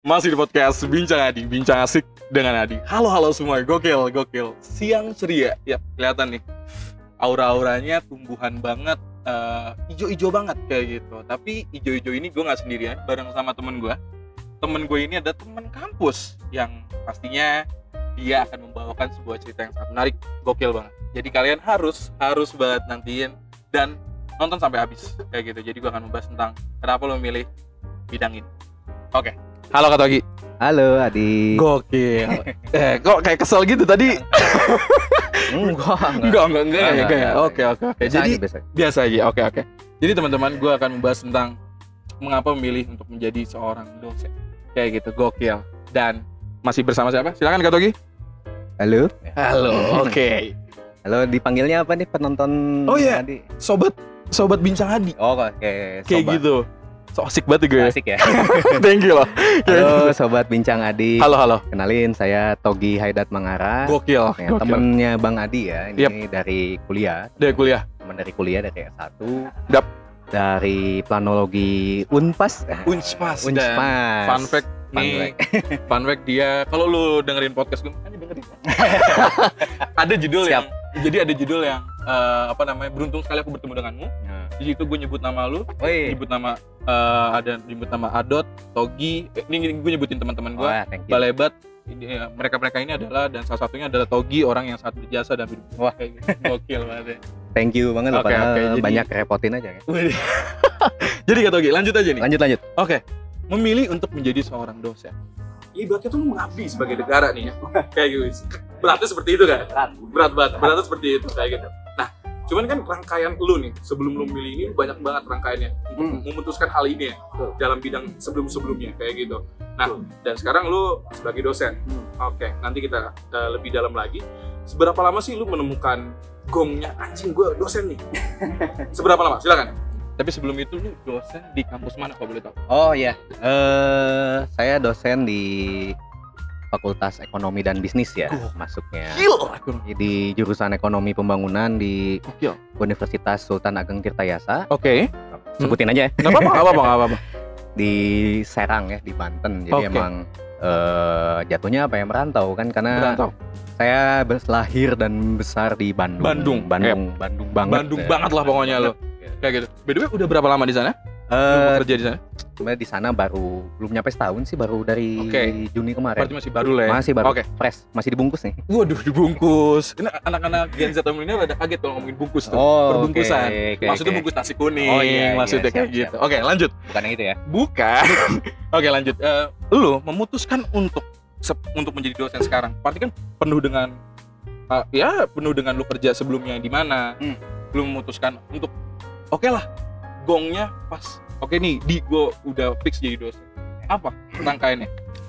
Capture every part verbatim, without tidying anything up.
Masih di podcast Bincang Adi, Bincang Asik dengan Adi. Halo halo semua, gokil, gokil. Siang ceria, ya kelihatan nih. Aura-auranya tumbuhan banget, uh, ijo-ijo banget kayak gitu. Tapi ijo-ijo ini gue gak sendirian, bareng sama temen gue. Temen gue ini ada temen kampus yang pastinya dia akan membawakan sebuah cerita yang sangat menarik, gokil banget. Jadi kalian harus, harus banget nantiin dan nonton sampai habis kayak gitu. Jadi gue akan membahas tentang kenapa lo memilih bidang ini. Oke. Okay. Halo Kak Togi. Halo Adi. Gokil. eh, kok kayak kesel gitu tadi? enggak, enggak, enggak, enggak, enggak, enggak. Oke, oke, oke. Jadi biasa. biasa aja. Oke, oke. Jadi teman-teman, gue akan membahas tentang mengapa memilih untuk menjadi seorang dosen. Kayak gitu, gokil. Dan masih bersama siapa? Silakan Kak Togi. Halo. Halo. Oke. Okay. Halo, dipanggilnya apa nih penonton? Oh iya. Adi? Sobat Sobat Bincang Adi. Oh, oke. Okay. Kayak gitu. So asik banget gue. Asik ya. Thank you loh. Halo Sobat Bincang Adi. Halo halo. Kenalin, saya Togi Haidat Mangara. Gokil. Ya, temennya Bang Adi ya. Ini yep. dari kuliah. Dari kuliah. Teman dari kuliah dari S satu. Dap. Dari planologi Unpas. Unpas. Unpas. Fun fact nih. Fun fact dia. Kalau lu dengerin podcast gue, kan dengerin. Ada judul Siap. yang. Jadi ada judul yang uh, apa namanya? Beruntung sekali aku bertemu denganmu. Nah. Di situ gue nyebut nama lu. Woi. Nyebut nama uh, ada nyebut nama Adot, Togi. Eh, ini gue nyebutin teman-teman gue. Oh, Balebat. Ini, ya, mereka-mereka ini adalah dan salah satunya adalah Togi, orang yang sangat berjasa dan hidup. Wah, kayak gitu. Gokil banget ya. Thank you banget loh, okay, padahal okay, jadi, banyak repotin aja kan. Jadi Kak Togi, lanjut aja nih. Lanjut lanjut. Oke. Okay. Memilih untuk menjadi seorang dosen. Ibaratnya tuh mengabdi sebagai negara nih ya. Kayak gitu. Beratnya seperti itu kan? Berat. Berat banget. Beratnya seperti itu kayak gitu. Nah, cuman kan rangkaian lu nih sebelum lu milih ini banyak banget rangkaiannya untuk hmm. memutuskan hal ini ya. Betul. Dalam bidang sebelum-sebelumnya kayak gitu. Nah, betul. Dan sekarang lu sebagai dosen. Hmm. Oke, okay, nanti kita uh, lebih dalam lagi. Seberapa lama sih lu menemukan gongnya anjing gue dosen nih? Seberapa lama? Silakan. Tapi sebelum itu lu dosen di kampus mana kalau boleh tahu? Oh iya, uh, saya dosen di Fakultas Ekonomi dan Bisnis ya, oh, masuknya. Gila. Di jurusan Ekonomi Pembangunan di oh, Universitas Sultan Ageng Tirtayasa. Oke. Okay. Sebutin hmm. aja. Nggak apa-apa, nggak apa-apa, nggak apa-apa. Di Serang ya, di Banten. Jadi okay. emang uh, jatuhnya apa ya, merantau kan karena. Merantau. Saya lahir dan besar di Bandung. Bandung, Bandung, yep. Bandung banget. Bandung ya. Banget lah pokoknya lo. Kayak gitu. By the way, udah berapa lama di sana? Uh, kerja di sana? Sebenarnya di sana baru belum nyampe setahun sih, baru dari okay. Juni kemarin. Berarti masih baru lah ya? Masih baru. Oke. Okay. Fresh, masih dibungkus nih. Waduh, dibungkus. Ini anak-anak Gen Z ini rada kaget kalau ngomongin bungkus tuh. Oh, perbungkusan. Okay, okay, maksudnya okay. bungkus nasi kuning. Oh iya, maksudnya iya, kayak siap, gitu. siap. Oke, okay, lanjut. Bukan yang itu ya? Bukan. Oke, okay, lanjut. Uh, lu memutuskan untuk untuk menjadi dosen sekarang. Berarti kan penuh dengan Uh, ya penuh dengan lu kerja sebelumnya di mana, hmm. lu memutuskan untuk oke okay lah, gongnya pas, oke okay nih, di gua udah fix jadi dosen. Apa rangkaiannya?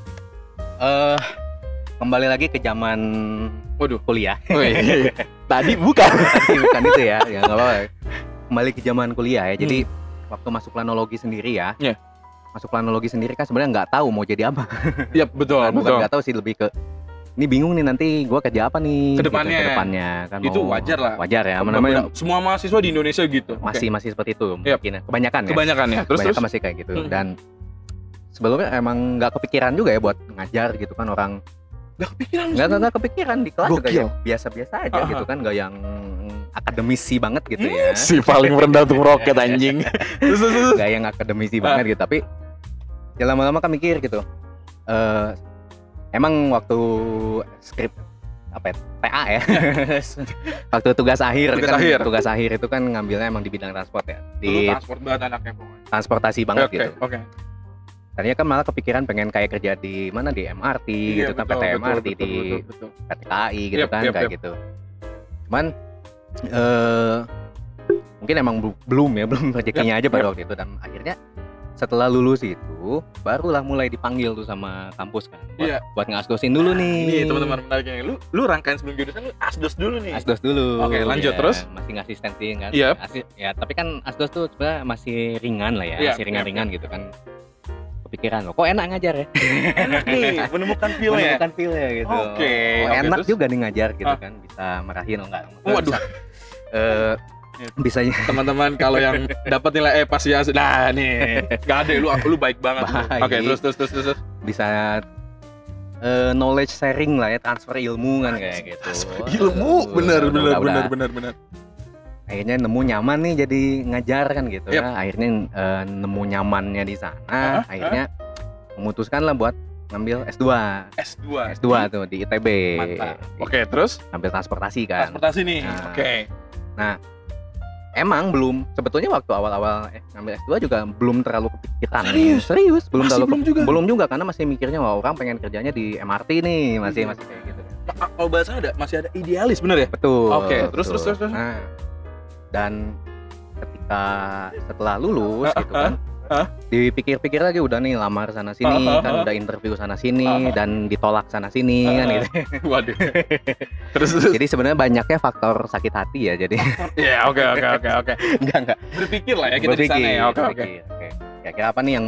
Uh, kembali lagi ke zaman, waduh, kuliah. Oh, iya, iya. Tadi bukan, tadi bukan itu ya, ya nggak apa-apa. Kembali ke zaman kuliah ya. Jadi hmm. waktu masuk planologi sendiri ya, yeah. masuk planologi sendiri kan sebenarnya nggak tahu mau jadi apa. Iya betul, nah, betul. Bukan nggak tahu sih, lebih ke ini bingung nih nanti gue kerja apa nih kedepannya, gitu, kedepannya kan itu wajar lah, wajar ya namanya semua mahasiswa di Indonesia gitu masih okay. masih seperti itu yep. mungkin kebanyakan ya kebanyakan ya terus kebanyakan terus masih kayak gitu hmm. dan sebelumnya emang nggak kepikiran juga ya buat ngajar gitu kan, orang nggak kepikiran nggak nggak kepikiran di kelas Gokil. Juga ya biasa-biasa aja uh-huh. gitu kan, nggak yang akademisi banget gitu hmm, ya si paling rendah tuh roket anjing nggak yang akademisi uh. banget gitu, tapi ya lama-lama kan mikir gitu. Uh, Emang waktu skrip apa ya, T A ya, waktu tugas akhir tugas kan, akhir tugas akhir itu kan ngambilnya emang di bidang transport ya, di transport banget anaknya pokoknya, transportasi banget okay, gitu. Oke. Okay. Tadinya kan malah kepikiran pengen kayak kerja di mana, di M R T iya, gitu kan, betul, P T betul, M R T betul, di betul, betul. P T K A I gitu yep, kan yep, kayak yep. gitu. Cuman uh, mungkin emang belum ya, belum rezekinya yep, aja pada yep. waktu itu, dan akhirnya setelah lulus itu barulah mulai dipanggil tuh sama kampus kan buat, iya. buat ngasdosin dulu nih. Nih teman-teman menariknya, lu lu rangkaian sebelum jurusan lu asdos dulu nih. Asdos dulu. Oke, lanjut ya, terus. Masih ngasistensi kan. Iya. Yep. Ya, tapi kan asdos tuh sebenarnya masih ringan lah ya, yep, masih ringan-ringan yep, gitu kan. Kepikiran loh, kok enak ngajar ya? Enak nih, menemukan feel-nya. Menemukan feel-nya gitu. Oke. Okay, oh, okay, enak terus? juga nih ngajar gitu ah. kan, bisa marahin oh enggak. Waduh. Eh bisanya teman-teman kalau yang dapat nilai E pas ya, nah nih nggak ada, lu lu baik banget. Oke, okay, terus terus terus terus bisa uh, knowledge sharing lah ya, transfer ilmu kan kayak gitu. Transfer ilmu, benar Udah- benar udah- benar udah. benar benar. Akhirnya nemu nyaman nih jadi ngajar kan gitu Yep. ya. Akhirnya uh, nemu nyamannya di sana, Hah? akhirnya memutuskan lah buat ngambil S dua. S dua. S dua tuh di I T B. Mantap. Oke, terus Ngambil transportasi kan. transportasi nih. Nah. Oke. Emang belum, sebetulnya waktu awal-awal eh, ngambil S dua juga belum terlalu kepikiran. Serius? Serius, belum Masih terlalu belum juga? belum juga karena masih mikirnya wah orang pengen kerjanya di M R T nih, masih Iya. masih kayak gitu. Nah, kalau bahasa ada masih ada idealis, bener ya? Betul. Oke, terus, betul. terus, terus, terus. Nah, dan ketika setelah lulus Ah, gitu ah, kan, ah. dipikir-pikir lagi udah nih lamar sana sini Ah, ah, kan, ah. udah interview sana sini Ah, ah. dan ditolak sana sini Ah, kan ah. gitu. Waduh. Terus terus. Jadi sebenarnya banyaknya faktor sakit hati ya. Jadi Ya, oke oke oke oke. enggak enggak. Berpikir lah ya kita di sana ya. Oke oke. berpikir, oke. Kira-kira apa nih yang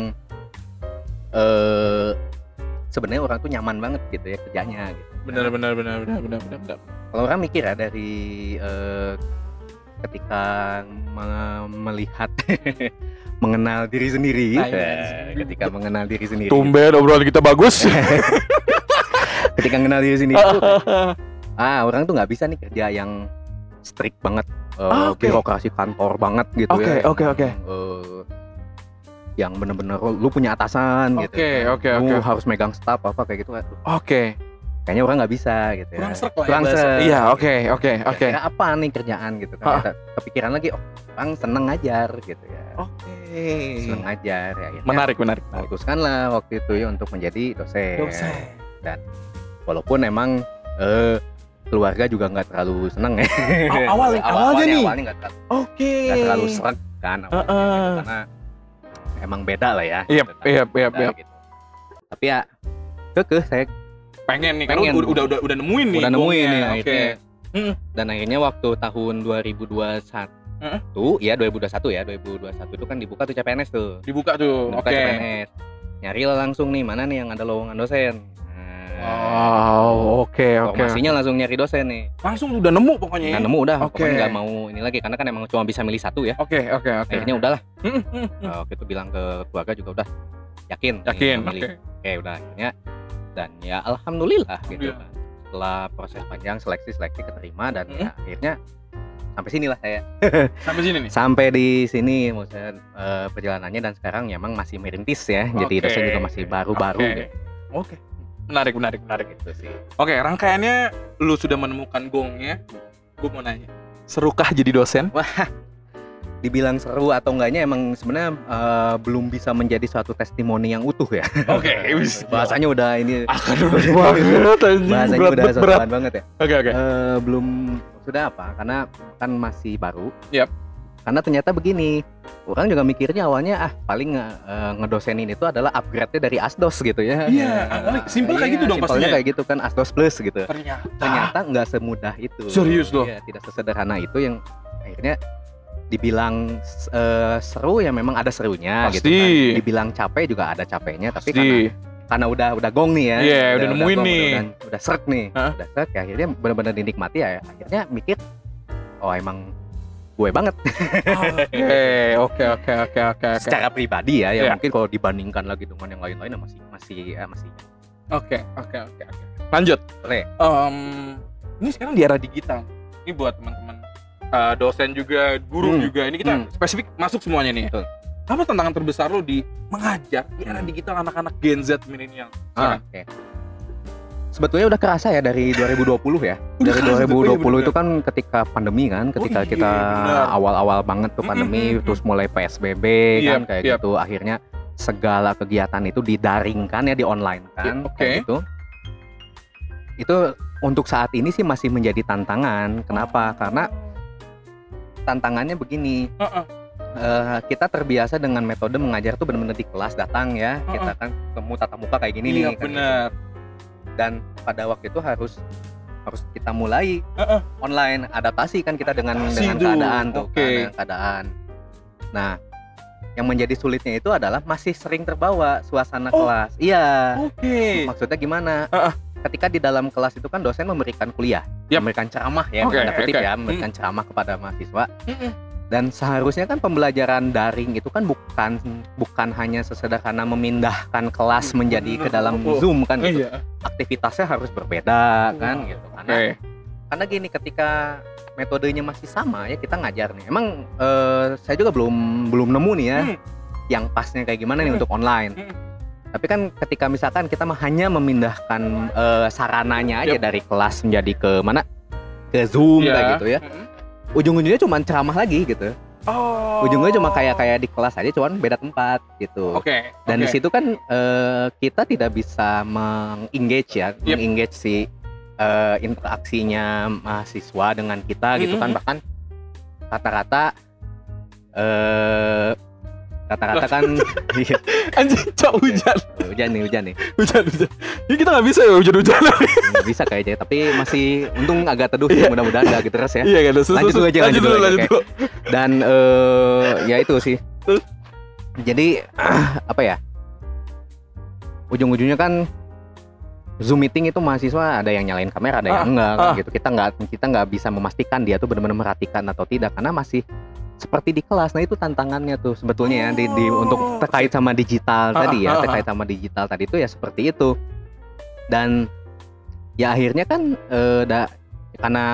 eh sebenarnya orang tuh nyaman banget gitu ya kerjanya gitu. Benar benar benar benar benar benar. benar. Kalau orang mikir ya dari eh, ketika me- melihat mengenal diri sendiri, Ah, iya. eh, ketika mengenal diri sendiri, Tumben obrolan kita bagus. ketika mengenal diri sendiri tuh, ah orang tuh nggak bisa nih kerja yang strict banget, eh, Ah, oke. birokrasi kantor banget gitu Oke, ya. oke, oke. Eh, yang bener-bener lu punya atasan gitu. Oke, kan. oke, Lu oke. harus megang staff apa kayak gitu. Aduh, Oke. kayaknya orang nggak bisa gitu ya. Kurang srek lah ya Kurang bahasa. srek. Iya, oke oke oke. Kira-kira apa nih kerjaan gitu kan. Ah. Kita kepikiran lagi, oh orang seneng ngajar gitu ya. Oke. Seneng ngajar ya. Akhirnya Menarik menarik. menarik. memutuskanlah waktu itu ya untuk menjadi dosen. Dosen. Walaupun emang eh, keluarga juga nggak terlalu seneng ya. Aw- awal- awalnya nih. Awalnya nggak terlalu, Oke. nggak terlalu sreg kan awalnya, Heeh. gitu, karena emang beda lah ya. Yep, gitu kan. yep, yep, Beda yep. gitu. Tapi ya kekeh saya Pengen nih kan Pengen. udah, udah udah udah nemuin nih. udah nemuin gongnya. nih Oke. akhirnya. Mm. Dan akhirnya waktu tahun dua ribu dua puluh satu Heeh. ya dua ribu dua puluh satu ya dua ribu dua puluh satu itu kan dibuka tuh C P N S tuh. Dibuka tuh. Buka Oke. C P N S. Nyari lah langsung nih mana nih yang ada lowongan dosen. Nah, Oh, oke oke. formasinya langsung nyari dosen nih. Langsung udah nemu pokoknya. Nah ya? nemu udah, Oke. pokoknya nggak mau ini lagi karena kan emang cuma bisa milih satu ya. Oke oke oke. Akhirnya udahlah. Mm, mm, mm. Nah, waktu itu bilang ke keluarga juga udah yakin. nih Yakin. memilih. Oke. Oke udah akhirnya dan ya alhamdulillah gitu Iya. kan. Setelah proses panjang seleksi seleksi keterima dan Mm. ya akhirnya sampai sinilah saya. Sampai sini nih. Sampai di sini maksudnya eh, perjalanannya dan sekarang ya emang masih merintis ya. Jadi Oke. dosen juga masih baru-baru Oke. gitu. Oke. Menarik menarik menarik. Gitu sih. Oke, rangkaiannya lu sudah menemukan gongnya. Gue mau nanya. Serukah jadi dosen? Dibilang seru atau enggaknya emang sebenarnya eh, belum bisa menjadi suatu testimoni yang utuh ya. Oke, wis. Bahasanya udah ini Akademik banget anjing. bahasanya Berat, udah berat, berat. sosokan banget ya. Oke oke. Eh, belum sudah apa? Karena kan masih baru. Yap. Karena ternyata begini, orang juga mikirnya awalnya ah paling eh, ngedosenin itu adalah upgrade-nya dari Asdos gitu ya. Iya, awalnya simpel kayak gitu dong simpelnya pastinya. kayak gitu kan Asdos Plus gitu. Ternyata. Ternyata nggak semudah itu. Serius loh? Iya, tidak sesederhana itu yang akhirnya dibilang eh, seru ya memang ada serunya gitu Pasti. kan. Dibilang capek juga ada capeknya, tapi karena Pasti. karena udah udah gong nih ya. Iya, udah nemuin gong, nih. Udah, udah, udah srek nih. Hah? Udah srek ya akhirnya benar-benar dinikmati ya. Akhirnya mikir oh emang gue banget Oke, oke, oke, oke, oke, oke. secara pribadi ya, ya Iya. mungkin kalau dibandingkan lagi dengan yang lain-lain ya masih masih ya masih Oke, oke, oke, oke. Lanjut. boleh. Em, ini sekarang di era digital. Ini buat teman-teman eh, dosen juga, guru Hmm. juga. Ini kita Hmm. spesifik masuk semuanya nih. Betul. Apa tantangan terbesar lo di mengajar di era digital anak-anak Gen Z milenial? Ah, Silakan. oke. Sebetulnya udah kerasa ya dari dua ribu dua puluh ya. Udah Dari kerasa tuh, dua ribu dua puluh iya itu kan ketika pandemi kan, ketika iya, kita benar. awal-awal banget tuh Mm, pandemi, mm, mm, terus mulai P S B B Yap, kan kayak yap. gitu. Akhirnya segala kegiatan itu didaringkan ya, di online kan, Oke. kayak gitu. Itu untuk saat ini sih masih menjadi tantangan. Kenapa? Karena tantangannya begini. Heeh. eh, kita terbiasa dengan metode mengajar tuh benar-benar di kelas datang ya. Uh-uh. Kita kan ketemu tatap muka kayak gini Iya, nih. kan benar. gitu. Dan pada waktu itu harus harus kita mulai Heeh. online, adaptasi kan kita dengan Adaptasi dengan tuh, keadaan tuh, oke. kan, dengan keadaan. Nah, yang menjadi sulitnya itu adalah masih sering terbawa suasana Oh. kelas. Iya. Oke. Maksudnya gimana? Heeh. Ketika di dalam kelas itu kan dosen memberikan kuliah, Yap. memberikan ceramah ya, Oke, tanda kutip oke. ya, memberikan ceramah kepada mahasiswa. Mm-mm. Dan seharusnya kan pembelajaran daring itu kan bukan bukan hanya sesederhana memindahkan kelas menjadi ke dalam Oh, Zoom kan gitu. Iya. Aktivitasnya harus berbeda kan gitu. Karena Oke. karena gini, ketika metodenya masih sama ya kita ngajar nih. Emang eh, saya juga belum belum nemu nih ya Hmm. yang pasnya kayak gimana nih Hmm. untuk online. Hmm. Tapi kan ketika misalkan kita mah hanya memindahkan eh, sarananya aja Yap. dari kelas menjadi ke mana? Ke Zoom Iya. kayak gitu ya. Mm-mm. Ujung-ujungnya cuma ceramah lagi gitu. Oh. Ujungnya cuma kayak kayak di kelas aja, cuman beda tempat gitu. Oke. Dan di oke. situ kan eh, kita tidak bisa meng-engage ya, Yep. meng-engage si eh, interaksinya mahasiswa dengan kita gitu kan. Mhm. Bahkan rata-rata eh rata-rata kan iya, Anjing, cok hujan. hujan nih, hujan nih. Hujan, hujan. Ini kita nggak bisa ya hujan-hujan. Nggak bisa kayaknya, tapi masih untung agak teduh Iya. ya, mudah-mudahan nggak gitu terus ya. Iya kan. Sus- Lanjut sus- dulu aja, lanjut dulu aja, lanjut oke. dulu. Dan eh ya itu sih. Terus? Jadi apa ya? Ujung-ujungnya kan Zoom meeting itu mahasiswa ada yang nyalain kamera, ada yang Ah, enggak kan ah. gitu. Kita nggak kita nggak bisa memastikan dia tuh benar-benar memperhatikan atau tidak karena masih seperti di kelas. Nah, itu tantangannya tuh sebetulnya ya di, di Oh, untuk terkait sama digital Ah, tadi ah, ya, ah, terkait sama digital tadi itu ya seperti itu. Dan ya akhirnya kan eh, da, karena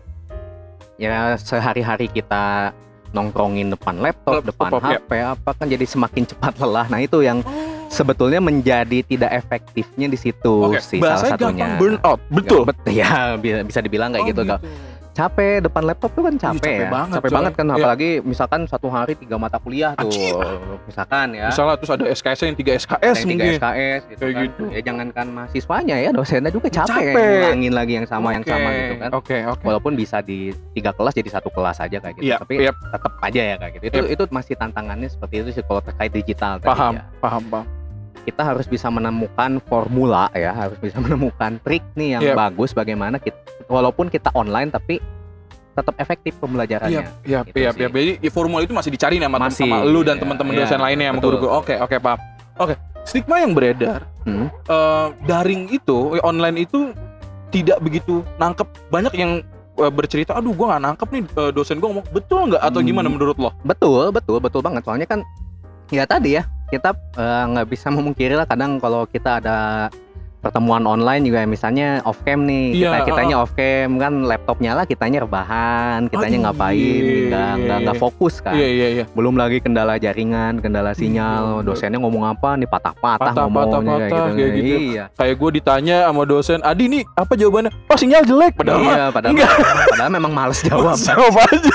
ya sehari-hari kita nongkrongin depan laptop, Laptop, depan ya. H P apa kan jadi semakin cepat lelah. Nah, itu yang sebetulnya menjadi tidak efektifnya di situ Oke, sih salah bahasanya satunya. gampang burn out. Betul. Bet- ya bi- bisa dibilang kayak Oh, gitu. Gak- capek depan laptop tuh kan capek, capek ya. banget, capek coy. banget kan Iya. apalagi misalkan satu hari tiga mata kuliah tuh. Anjir. Misalkan ya. Misalnya terus ada S K S yang tiga S K S Yang tiga mungkin. S K S gitu Kayak kan. gitu. Ya jangankan mahasiswanya ya, dosennya juga capek, Capek. kayak ngulangin lagi yang sama yang Oke, sama gitu kan. Oke, oke. Walaupun bisa di tiga kelas jadi satu kelas aja kayak gitu. Iya, Tapi iya. tetap aja ya kayak gitu. Itu Yep. itu masih tantangannya seperti itu sih kalau terkait digital tadi Paham, ya. paham, paham. Kita harus bisa menemukan formula ya, harus bisa menemukan trik nih yang Yep. bagus bagaimana kita walaupun kita online tapi tetap efektif pembelajarannya. Iya, Gitu iya, sih. iya. Jadi ya, formula itu masih dicari nih sama, Masih, sama lu dan iya, teman-teman iya, dosen lainnya sama betul. guru-guru. Oke, oke, paham. Oke, stigma yang beredar Hmm. eh, daring itu, eh, online itu tidak begitu nangkep. Banyak yang eh, bercerita, aduh gua nggak nangkep nih eh, dosen gua ngomong, betul nggak atau Hmm. gimana menurut lo? Betul, betul, betul banget. Soalnya kan ya tadi ya, kita eh, nggak bisa memungkiri lah kadang kalau kita ada pertemuan online juga misalnya off cam nih, Iya, kita kitanya off cam kan laptop nyala, kitanya rebahan, kitanya Aduh, ngapain, iya, nggak iya, nggak nggak iya. fokus kan. Iya, iya, iya. Belum lagi kendala jaringan, kendala Iya. sinyal, dosennya ngomong apa nih patah-patah Patah, ngomongnya patah, patah, kayak gitu. Iya. Kayak gue ditanya sama dosen, Adi nih apa jawabannya? Oh sinyal jelek, padahal mah Iya, padahal enggak. padahal memang males jawab. jawab aja.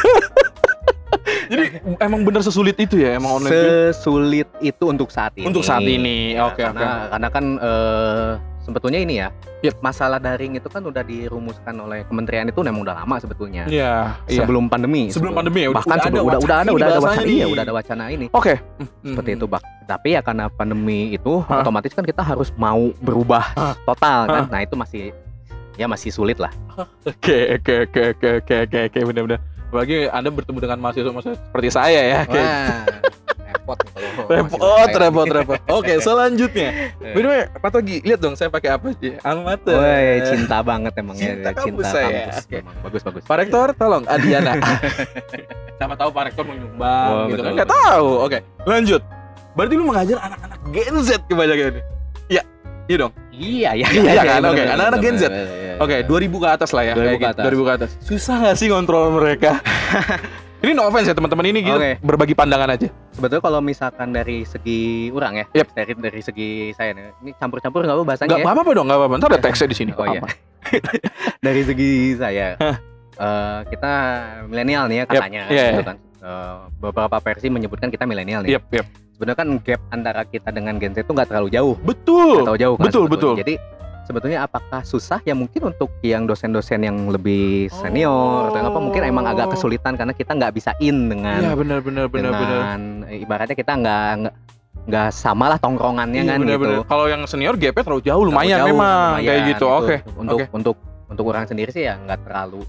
Jadi emang bener sesulit itu ya emang online itu? Sesulit itu untuk saat ini. Untuk saat ini, Ya, oke, karena, karena kan eh, sebetulnya ini ya, Yep. masalah daring itu kan udah dirumuskan oleh kementerian itu memang udah lama sebetulnya. Iya, iya. Sebelum pandemi. Sebelum pandemi ya, udah- Bahkan udah sebelum ada udah udah wacana ada ini udah ada bahasanya wacana nih. iya, udah ada wacana ini. Oke. Seperti itu, Bak. Tapi ya karena pandemi itu Hah? otomatis kan kita harus mau berubah Hah? total kan. Hah? Nah, itu masih ya masih sulit lah. Oke, oke, oke, oke, oke, oke, oke, benar-benar. Apalagi Anda bertemu dengan mahasiswa-mahasiswa seperti saya ya. Kayak Wah, repot nih kalau repot, mahasiswa saya. repot, repot. Oke, selanjutnya. Eh. By the way, Pak Togi, lihat dong saya pakai apa sih? Almater. Woi, cinta banget emang Cinta ya, kampus cinta saya. kampus. Oke. Memang bagus bagus. Pak Rektor, tolong Adiana. Siapa tahu Pak Rektor mau nyumbang Oh, gitu betul, kan? Nggak betul. tahu. Oke, lanjut. Berarti lu mengajar anak-anak Gen Z kebanyakan ini. Iya, iya dong. Iya, iya, Iya kan? bener, Oke, bener, anak-anak Gen bener, Z. bener, iya, iya. Oke, dua ribu ke atas lah ya. dua ribu kayak ke gitu. atas. dua ribu ke atas. Susah nggak sih ngontrol mereka? Ini no offense ya teman-teman, ini kita Oke. berbagi pandangan aja. Sebetulnya kalau misalkan dari segi orang ya, Yep. dari dari segi saya nih, ini campur-campur nggak apa bahasanya Nggak ya? apa-apa dong, nggak apa-apa. Ntar ada teksnya di sini. Oh iya. Apa? Dari segi saya, Hah. eh, kita milenial nih ya Yep. katanya, Iya, gitu iya. kan. Eh, beberapa versi menyebutkan kita milenial nih. Yep, yep. Sebenarnya kan gap antara kita dengan Gen Z itu nggak terlalu jauh, Betul. nggak terlalu jauh kan. betul, sebetulnya. betul. Jadi sebetulnya apakah susah ya mungkin untuk yang dosen-dosen yang lebih senior atau apa mungkin emang agak kesulitan karena kita nggak bisa in dengan Iya, benar, benar, benar, benar. dengan ibaratnya kita nggak nggak nggak sama lah tongkrongannya Iya, kan benar, gitu. benar. Kalau yang senior gapnya terlalu jauh, lumayan Terlalu jauh, memang lumayan kayak gitu. Oke. Untuk Oke. untuk untuk orang sendiri sih ya nggak terlalu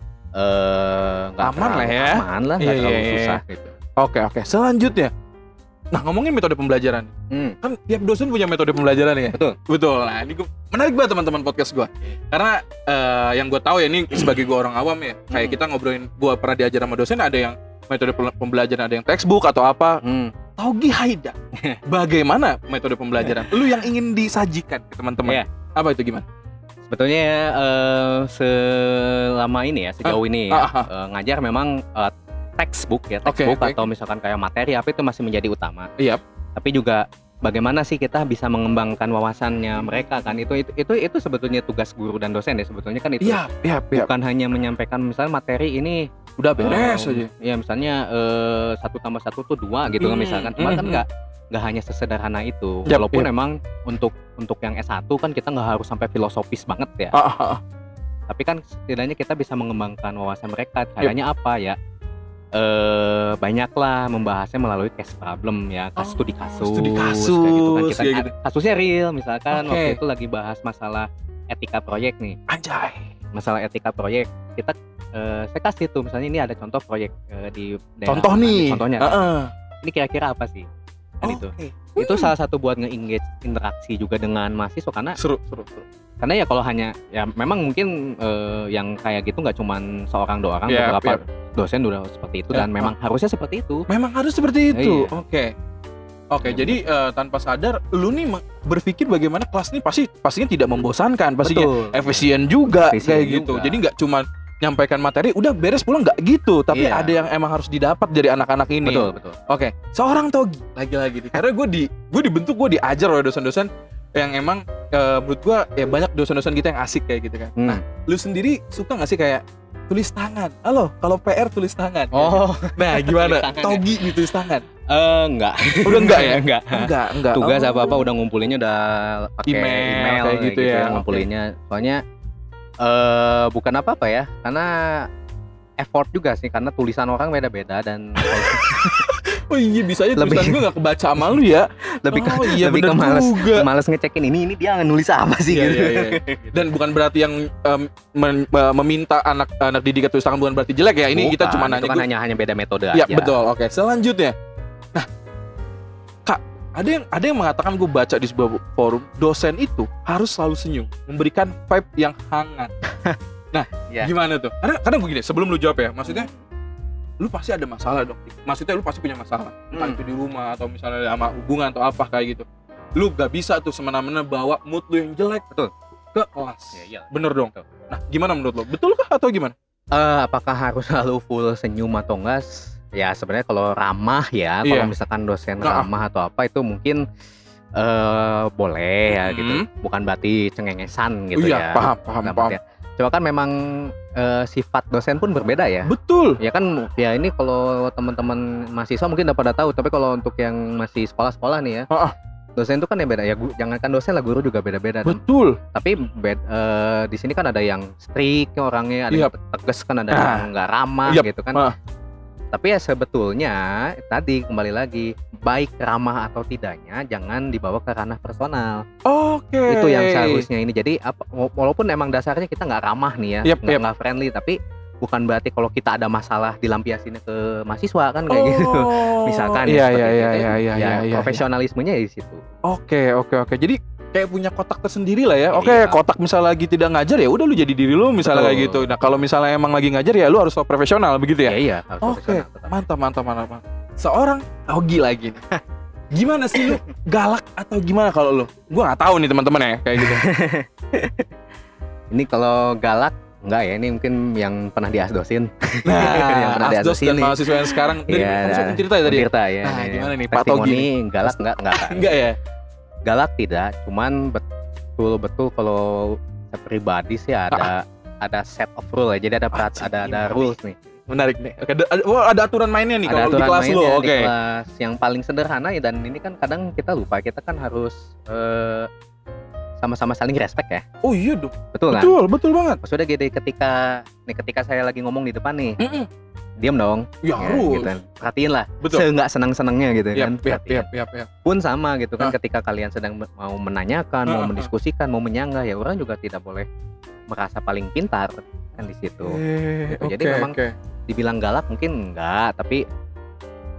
eh nggak Aman terlalu lah ya. aman lah, nggak Iya, terlalu iya, iya. susah gitu. Oke, oke. Selanjutnya. Nah, ngomongin metode pembelajaran. Hmm, Kan tiap dosen punya metode pembelajaran ya. betul. Betul. Nah, ini gua, menarik banget teman-teman podcast gua. Karena eh, yang gue tahu ya ini sebagai gua orang awam ya, kayak Hmm. kita ngobrolin, gua pernah diajar sama dosen, ada yang metode pembelajaran, ada yang textbook atau apa. Hmm. Taugi Haida, bagaimana metode pembelajaran lu yang ingin disajikan ke teman-teman? Iya. Apa itu gimana? Sebetulnya uh, selama ini ya, sejauh ini ya, Ah, ah, ah. uh, ngajar memang uh, textbook ya, Oke, textbook oke, atau misalkan kayak materi apa itu masih menjadi utama. Iya. Tapi juga bagaimana sih kita bisa mengembangkan wawasannya mereka kan, itu itu itu, itu sebetulnya tugas guru dan dosen ya, sebetulnya kan itu. Iya, iya, iya. Bukan hanya menyampaikan misalnya materi ini Udah beres um, aja. ya misalnya eh, satu tambah satu tuh dua gitu kan Hmm, misalkan, cuma hmm, kan hmm. nggak nggak hanya sesederhana itu. Yap, Walaupun yap. emang untuk untuk yang S satu kan kita nggak harus sampai filosofis banget ya, Ah, ah, ah. tapi kan setidaknya kita bisa mengembangkan wawasan mereka. Caranya apa ya? Eh banyaklah membahasnya melalui case problem ya, kasus Oh, studi kasus, studi kayak gitu kan. kasus, Kita kayak gitu. kasusnya real, misalkan Oke. waktu itu lagi bahas masalah etika proyek nih. Anjay. Masalah etika proyek, kita eh, saya kasih tuh misalnya ini ada contoh proyek eh, di daerah Contoh mana, nih. contohnya Ah, ah. ini kira-kira apa sih kan itu Oke. itu salah satu buat nge-engage interaksi juga dengan mahasiswa, karena Seru, seru, seru. karena ya kalau hanya ya memang mungkin eh, yang kayak gitu nggak cuman seorang dua orang, Iya, beberapa iya. dosen udah seperti itu Ya, dan memang harusnya seperti itu. Memang harus seperti itu. Iya. Oke. Oke, Iya, jadi eh, tanpa sadar lu nih me- berpikir bagaimana kelas ini pasti pastinya tidak membosankan, pastinya Betul. efisien juga Efisien kayak juga. gitu. Jadi nggak cuma nyampaikan materi udah beres pulang, nggak gitu, tapi Iya. ada yang emang harus didapat dari anak-anak ini. Betul, betul. Oke, seorang Togi lagi-lagi nih. Karena gue di gue dibentuk, gue diajar oleh dosen-dosen yang emang eh, menurut gue ya banyak dosen-dosen kita yang asik kayak gitu kan. Hmm. Nah, lu sendiri suka nggak sih kayak tulis tangan? Halo, kalau P R tulis tangan. Oh, Nah, gimana? Tulis tangan ya? Togi di tulis tangan? eh enggak. Udah enggak ya? enggak. Enggak, enggak. Tugas Oh. apa-apa udah ngumpulinnya udah pakai Email, email, kayak gitu ya. ngumpulinnya. Soalnya eh bukan apa-apa ya, karena effort juga sih, karena tulisan orang beda-beda dan Oh iya, bisa aja Lebih- tulisan gue gak kebaca sama lu ya. lebih ke Oh iya, lebih ke bener males, juga. males ngecekin ini ini dia nulis apa sih Iya, gitu. iya, iya. Dan bukan berarti yang em, men- eh, meminta anak anak didik tulis tangan bukan berarti jelek ya. Ini kita Bukan, cuma itu nanya kan gua- hanya hanya beda metode Ya aja. betul. Oke, selanjutnya. Nah, Kak, ada yang ada yang mengatakan, gue baca di sebuah forum, dosen itu harus selalu senyum, memberikan vibe yang hangat. Nah, Ya. gimana tuh? Karena kadang begini, sebelum lu jawab ya, maksudnya lu pasti ada masalah dong. Maksudnya lu pasti punya masalah, entah Hmm. itu di rumah atau misalnya sama hubungan atau apa kayak gitu. Lu gak bisa tuh semena-mena bawa mood lu yang jelek Betul. ke kelas. Ya, iya. Bener dong. Betul. Nah, gimana menurut lo? Betul kah atau gimana? Eh, apakah harus selalu full senyum atau enggak? Ya sebenarnya kalau ramah ya, Iya. kalau misalkan dosen Nah. ramah atau apa itu mungkin eh boleh ya gitu. Mhm. Bukan berarti cengengesan gitu iya, ya. paham, paham, Dalam paham. artian- Cuma kan memang eh, sifat dosen pun berbeda ya. Betul. Ya kan, ya ini kalau teman-teman mahasiswa mungkin udah pada tahu, tapi kalau untuk yang masih sekolah-sekolah nih ya, Ah, ah. dosen itu kan ya beda ya. gu- Jangankan dosen lah, guru juga beda-beda. Dan- Betul. Tapi bed, eh, di sini kan ada yang strict orangnya, ada Iya. yang tegas kan, ada Ah. yang nggak ramah Iya. gitu kan. Ah. Tapi ya sebetulnya tadi kembali lagi, baik ramah atau tidaknya jangan dibawa ke ranah personal. Oke. Itu yang seharusnya ini. Jadi apa, walaupun emang dasarnya kita nggak ramah nih ya, Yap, nggak yap. nggak friendly, tapi bukan berarti kalau kita ada masalah dilampiasinnya ke mahasiswa kan kayak gitu. Oh. Misalkan Iya, ya iya, seperti iya, itu, iya, iya, ya iya, iya. profesionalismenya di situ. Oke, oke, oke. Jadi kayak punya kotak tersendiri lah ya. Oke, Iya. kotak misalnya lagi tidak ngajar ya udah lu jadi diri lu misalnya Betul. kayak gitu. Nah, kalau misalnya emang lagi ngajar ya lu harus profesional begitu ya. Ya, iya, harus Oke, profesional tetap. mantap, mantap, mantap, mantap. Seorang Togi lagi nih. Gimana sih lu, galak atau gimana kalau lu? Gua nggak tahu nih teman-teman ya kayak gitu. Ini kalau galak enggak ya, ini mungkin yang pernah diasdosin. Yang Nah, pernah Asdos diasdosin dan nih. mahasiswa yang sekarang dari Iya, kamu suka cerita ya tadi. ya? Tirta ya. Nah, ini. gimana nih, Pak Togi Testimoni galak enggak enggak kan? Enggak ya? Galak tidak, cuman betul-betul kalau saya pribadi sih ada ada set of rule ya. Jadi ada perat, Anjing, ada ada gimana rules nih. Menarik nih. Oke, ada, ada, wah, ada aturan mainnya nih Ada kalau di aturan kelas lu. mainnya Oke. di kelas yang paling sederhana ya, dan ini kan kadang kita lupa, kita kan harus eh, sama-sama saling respect ya. Oh iya dong. Betul kan? Betul, betul banget. Maksudnya gini, ketika nih ketika saya lagi ngomong di depan nih, Mm-mm. diam dong. Ya, Ya, harus. gitu kan. Perhatiin lah. Betul. Seenggak senang-senangnya gitu Yap, kan. yap, Perhatiin. yap, yap, yap. Pun sama gitu kan, Ah. ketika kalian sedang me- mau menanyakan, Ah, mau ah, mendiskusikan, mau menyanggah, ya orang juga tidak boleh merasa paling pintar kan di situ. Eh, Gitu. oke, Jadi memang oke. dibilang galak mungkin enggak, tapi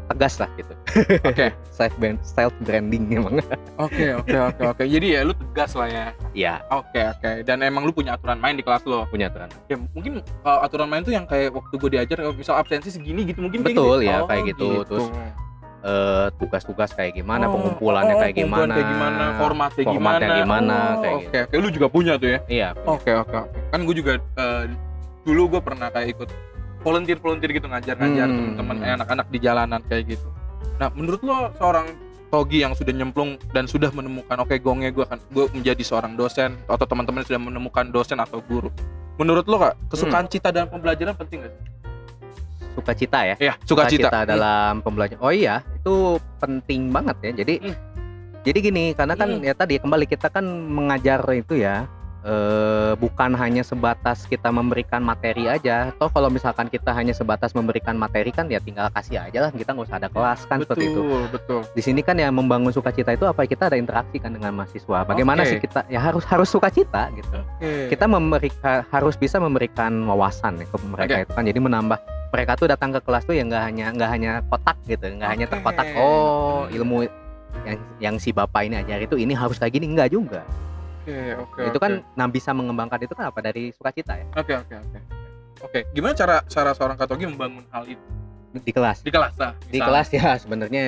tegas lah gitu. Oke. self brand self branding emang. Oke oke oke oke. Jadi ya lu tegas lah ya. Iya, Oke oke. Dan emang lu punya aturan main di kelas lo. punya aturan. Ya mungkin uh, aturan main tuh yang kayak waktu gue diajar, uh, misal absensi segini gitu mungkin kayak Betul, gitu. ya, Oh, kayak gitu. Terus, Eh, tugas-tugas kayak gimana, Oh, pengumpulannya oh, kayak pengumpulan gimana, kayak gimana, formatnya, formatnya gimana, gimana, Oh, kayak oke gitu. oke. Lu juga punya tuh ya. Iya, punya. Oke oke oke. Kan gue juga uh, dulu gue pernah kayak ikut volunteer volunteer gitu ngajar-ngajar Hmm. teman-teman eh, anak-anak di jalanan kayak gitu. Nah menurut lo seorang Togi yang sudah nyemplung dan sudah menemukan oke gongnya gue kan gue menjadi seorang dosen atau teman-teman sudah menemukan dosen atau guru. Menurut lo kak kesukaan Hmm. cita dalam pembelajaran penting nggak sih? Sukacita ya. Iya sukacita. Sukacita dalam pembelajaran. Oh iya, itu penting banget ya. Jadi Hmm. jadi gini, karena kan Hmm. ya tadi kembali kita kan mengajar itu ya eh, bukan hanya sebatas kita memberikan materi aja. Toh kalau misalkan kita hanya sebatas memberikan materi kan ya tinggal kasih aja lah, kita nggak usah ada kelas kan Betul seperti itu. betul. Di sini kan ya membangun sukacita itu apa? Kita ada interaksi kan dengan mahasiswa. Bagaimana Oke. sih kita ya harus harus sukacita gitu. Oke. Kita memberikan harus bisa memberikan wawasan ya ke mereka Oke. itu kan. Jadi menambah mereka tuh datang ke kelas tuh ya nggak hanya nggak hanya kotak gitu, nggak hanya Oke. terkotak. Oh ilmu yang yang si bapak ini ajar itu ini harus kayak gini, enggak juga. Oke oke. Itu oke. kan nah bisa mengembangkan itu kan apa dari sukacita ya Oke oke oke. Oke, gimana cara cara seorang Katogi membangun hal itu di kelas. di kelas lah? Di kelas ya sebenarnya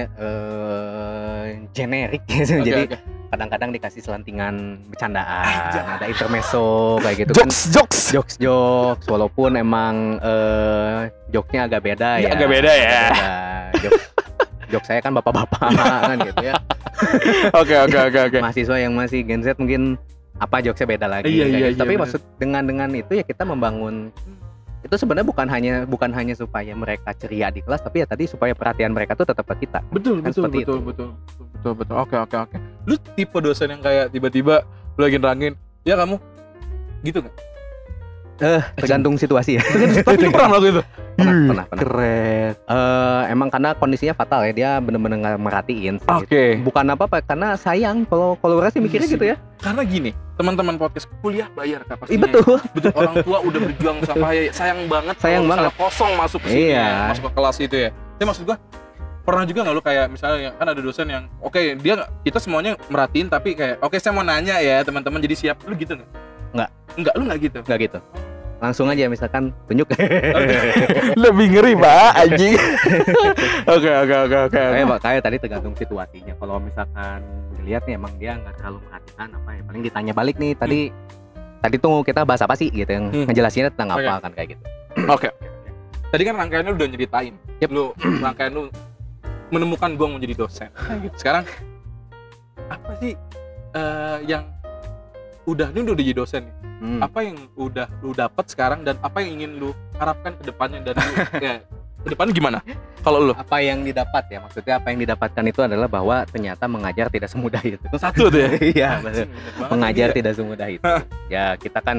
eh generik gitu. Oke, Jadi oke. kadang-kadang dikasih selentingan bercandaan, Anjay. ada intermezzo kayak gitu kan. jokes. Jokes jokes walaupun emang eh jokesnya agak beda Iya, ya. agak beda ya. Agak beda. Jokes, jokes saya kan bapak-bapak kan gitu ya. Oke oke oke oke. Mahasiswa yang masih Gen Z mungkin apa jokesnya beda lagi. Iya, kayak iya, gitu. iya, Tapi bener. maksud dengan dengan itu ya kita membangun itu sebenarnya bukan hanya bukan hanya supaya mereka ceria di kelas, tapi ya tadi supaya perhatian mereka tuh tetap ke kita. Betul Kan betul seperti betul, itu. betul betul betul betul. Oke oke oke. Lu tipe dosen yang kayak tiba-tiba lu lagi nerangin, ya kamu gitu nggak? Eh, tergantung situasi ya. Tapi lu pernah melakukan itu? Pernah, Ih, pernah, pernah. Keren. Eh, emang karena kondisinya fatal ya, dia bener-bener nggak merhatiin. Oke. Bukan apa-apa, karena sayang kalau kolaborasi mikirnya Iya gitu ya. Karena gini, teman-teman podcast kuliah bayar kak Iya pastinya. betul. Betul, orang tua udah berjuang sampai sayang banget Sayang kalau misalnya banget. kosong masuk ke sini Iya. ya, masuk ke kelas itu ya. Tapi maksud gua pernah juga nggak lu kayak misalnya yang kan ada dosen yang oke dia nggak- kita semuanya merhatiin tapi kayak oke saya mau nanya ya teman-teman jadi siap, lu gitu nggak? Nggak. Nggak, lu nggak gitu. Nggak gitu. Langsung aja misalkan tunjuk. Lebih ngeri pak anjing. Oke oke oke oke. Kayak kayak tadi tergantung situasinya. Kalau misalkan dilihat nih emang dia nggak terlalu merhatikan apa ya, paling ditanya balik nih tadi tadi tuh kita bahas apa sih gitu yang Hmm. ngejelasinnya tentang Oke. apa kan kayak gitu. Oke. Tadi kan rangkaiannya lu udah nyeritain. Yep. Lu rangkaian lu menemukan gua menjadi dosen. Gitu. Sekarang apa sih eh, yang udah ini udah jadi dosen nih. Hmm. Apa yang udah lu dapat sekarang dan apa yang ingin lu harapkan ke depannya dan lu ya ke depannya gimana? Kalau lu Apa yang didapat ya, maksudnya apa yang didapatkan itu adalah bahwa ternyata mengajar tidak semudah itu. satu tuh ya. Iya, Anjing, bener. bener banget Mengajar ini ya. tidak semudah itu. Ya kita kan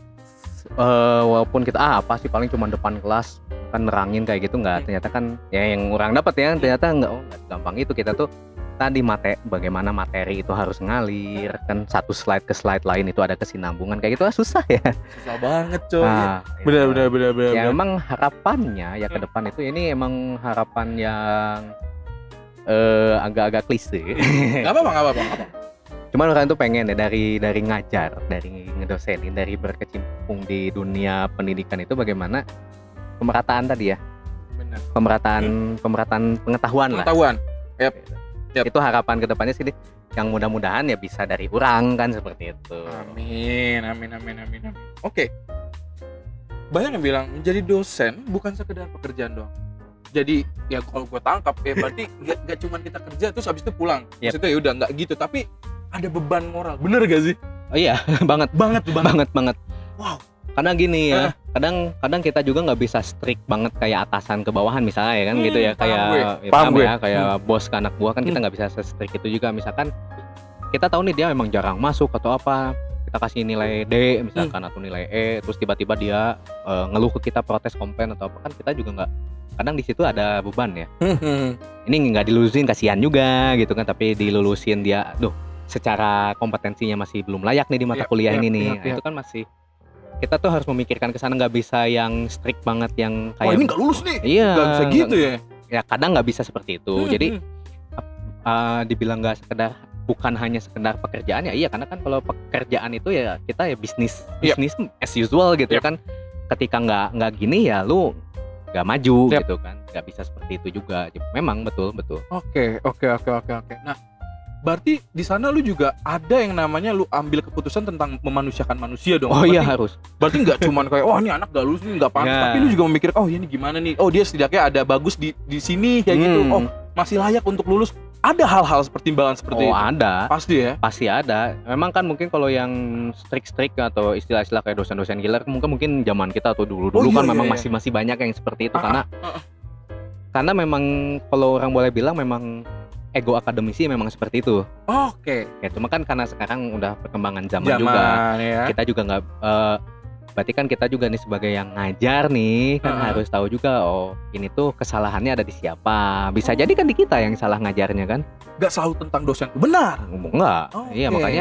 eh, walaupun kita ah apa sih paling cuma depan kelas kan nerangin kayak gitu nggak, ternyata kan ya yang orang dapat ya ternyata nggak oh nggak gampang itu. Kita tuh tadi mate bagaimana materi itu harus ngalir kan, satu slide ke slide lain itu ada kesinambungan kayak gitu ah, susah ya. susah banget coy. Nah, benar itu. benar benar benar. Ya benar. emang harapannya ya ke depan itu ini emang harapan yang eh, agak-agak klise. Enggak apa-apa, enggak apa-apa. nggak apa-apa. Cuman orang tuh pengen ya dari dari ngajar, dari ngedosenin, dari berkecimpung di dunia pendidikan itu bagaimana pemerataan tadi ya, Benar. pemerataan pemerataan pengetahuan lah. Pengetahuan. Yap. Yap. Itu harapan kedepannya sih, yang mudah-mudahan ya bisa dari orang kan seperti itu. Amin, amin, amin, amin, amin. Oke. Banyak yang bilang menjadi dosen bukan sekedar pekerjaan doang. Jadi ya kalau gue tangkap ya berarti gak, gak cuma kita kerja terus habis itu pulang. Yap. Maksudnya ya udah nggak gitu, tapi ada beban moral. Bener gak sih? Oh iya, banget Banget tuh banget. banget banget. Wow. Karena gini Ah. ya, kadang kadang kita juga nggak bisa strict banget kayak atasan ke bawahan misalnya ya kan Hmm, gitu ya, paham kayak gue, ya, paham paham gue. ya kayak bos ke anak buah kan kita nggak bisa se-strict itu juga. Misalkan kita tahu nih dia memang jarang masuk atau apa, kita kasih nilai D misalkan atau nilai E, terus tiba-tiba dia eh, ngeluh ke kita, protes, komplain atau apa, kan kita juga nggak, kadang di situ ada beban ya. Ini nggak dilulusin kasihan juga gitu kan, tapi dilulusin dia, duh secara kompetensinya masih belum layak nih di mata Yap, kuliah yap, ini nih. yap, Nah, yap. itu kan masih kita tuh harus memikirkan ke sana, nggak bisa yang strict banget yang Oh kayak ini nggak lulus nih. iya Nggak bisa gitu ya. ya kadang nggak bisa seperti itu. Hmm, Jadi hmm. uh, dibilang nggak sekedar, bukan hanya sekedar pekerjaan ya, iya karena kan kalau pekerjaan itu ya kita ya bisnis Yep. bisnis as usual gitu Yep. kan. Ketika nggak nggak gini ya lu nggak maju Yep. gitu kan, nggak bisa seperti itu juga. Memang betul betul. Oke, oke, oke, oke, oke. Nah, berarti di sana lu juga ada yang namanya lu ambil keputusan tentang memanusiakan manusia dong. Oh iya Berarti- harus. Berarti nggak cuman kayak, wah ini anak gak lulus nih nggak pantas, Ya. tapi lu juga memikirkan, oh ini gimana nih, oh dia setidaknya ada bagus di di sini kayak gitu, Hmm. oh masih layak untuk lulus. Ada hal-hal pertimbangan seperti Oh itu. ada. Pasti ya. Pasti ada. Memang kan mungkin kalau yang strict-strict atau istilah-istilah kayak dosen-dosen gila mungkin mungkin zaman kita atau Oh, dulu-dulu iya, kan iya, memang iya. masih masih banyak yang seperti itu Ah, karena ah, ah. karena memang kalau orang boleh bilang memang ego akademisi memang seperti itu. Oke. Ya cuma kan karena sekarang udah perkembangan zaman, juga. Zaman ya. Kita juga nggak eh, berarti kan kita juga nih sebagai yang ngajar nih kan Ah, ah. harus tahu juga oh ini tuh kesalahannya ada di siapa. Bisa Oh. jadi kan di kita yang salah ngajarnya kan. Gak selalu tentang dosen. Benar. Enggak. Iya Oke. makanya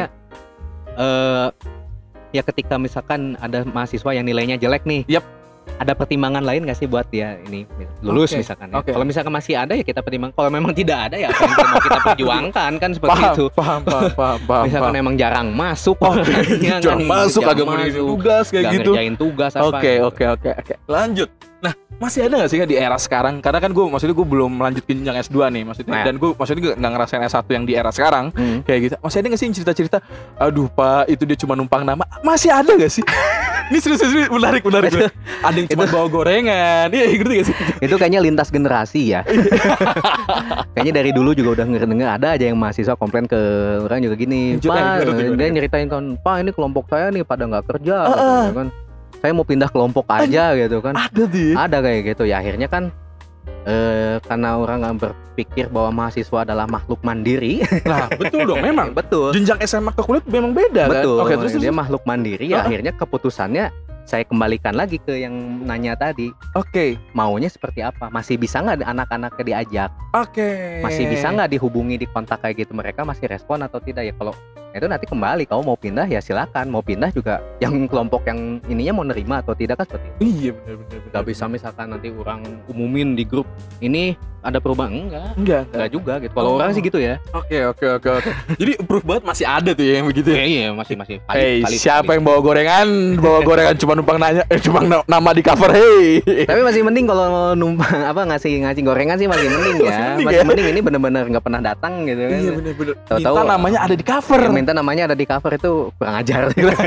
eh ya ketika misalkan ada mahasiswa yang nilainya jelek nih. Yap. Ada pertimbangan lain nggak sih buat dia ini lulus Oke, misalkan ya. oke. Kalau misalkan masih ada ya kita pertimbang. Kalau memang tidak ada ya apa yang mau kita perjuangkan kan seperti Paham, itu. paham, paham, paham, paham. Misalkan paham. emang jarang masuk Oke, orangnya jarang kan, masuk, jarang agak menerima masuk, tugas kayak nggak gitu. ngerjain tugas apa Oke, gitu. oke, oke, oke. Lanjut. Nah, masih ada nggak sih Kak, di era sekarang? Karena kan gue, maksudnya gue belum lanjut ke jenjang S dua nih, maksudnya. Nah. Dan gue, maksudnya gue nggak ngerasain S satu yang di era sekarang. Hmm. Kayak gitu. Masih ada nggak sih yang cerita-cerita? Aduh Pak, itu dia cuma numpang nama. Masih ada nggak sih? Ini serius, serius, menarik, menarik. menarik. Ada yang cuma bawa gorengan. Iya, ngerti gak sih? Itu kayaknya lintas generasi ya. Kayaknya dari dulu juga udah ngedenger ada aja yang mahasiswa komplain ke orang juga gini, Lanjut, Pak, lanjut, lanjut, dia lanjut. nyeritain kan, Pak ini kelompok saya nih pada nggak kerja, Ah, katanya ah. kan. Saya mau pindah kelompok aja gitu kan. Ada tuh. Ada kayak gitu ya akhirnya kan eh, karena orang nggak berpikir bahwa mahasiswa adalah makhluk mandiri. Nah, betul dong, memang. Betul. Jenjang S M A ke kuliah memang beda kan? Betul. Oke, terus, dia terus. makhluk mandiri ya Ah, ah. akhirnya keputusannya saya kembalikan lagi ke yang nanya tadi. Oke, Maunya seperti apa? Masih bisa nggak anak-anaknya diajak? oke. Masih bisa nggak dihubungi di kontak kayak gitu? Mereka masih respon atau tidak ya? Kalau itu nanti kembali, kamu mau pindah ya silakan. Mau pindah juga yang kelompok yang ininya mau nerima atau tidak kan seperti itu. Iya, benar, benar, benar. Gak bisa misalkan nanti orang umumin di grup ini ada perubahan enggak? Enggak, Enggak juga gitu. Kalau Oh. orang sih gitu ya. Oke, oke, oke, oke. Jadi proof banget masih ada tuh ya yang begitu ya. Iya, masih masih valid, Hey, valid, siapa valid. yang bawa gorengan? Bawa gorengan cuma numpang nanya, eh cuma na- nama di cover. Hey. Tapi masih mending kalau numpang apa ngasih ngasih gorengan sih masih mending ya. Masih mending Masih ya? mending ini bener-bener nggak pernah datang gitu kan. Iya benar-benar. Tahu-tahu- Minta namanya ada di cover. Yang minta namanya ada di cover itu kurang ajar.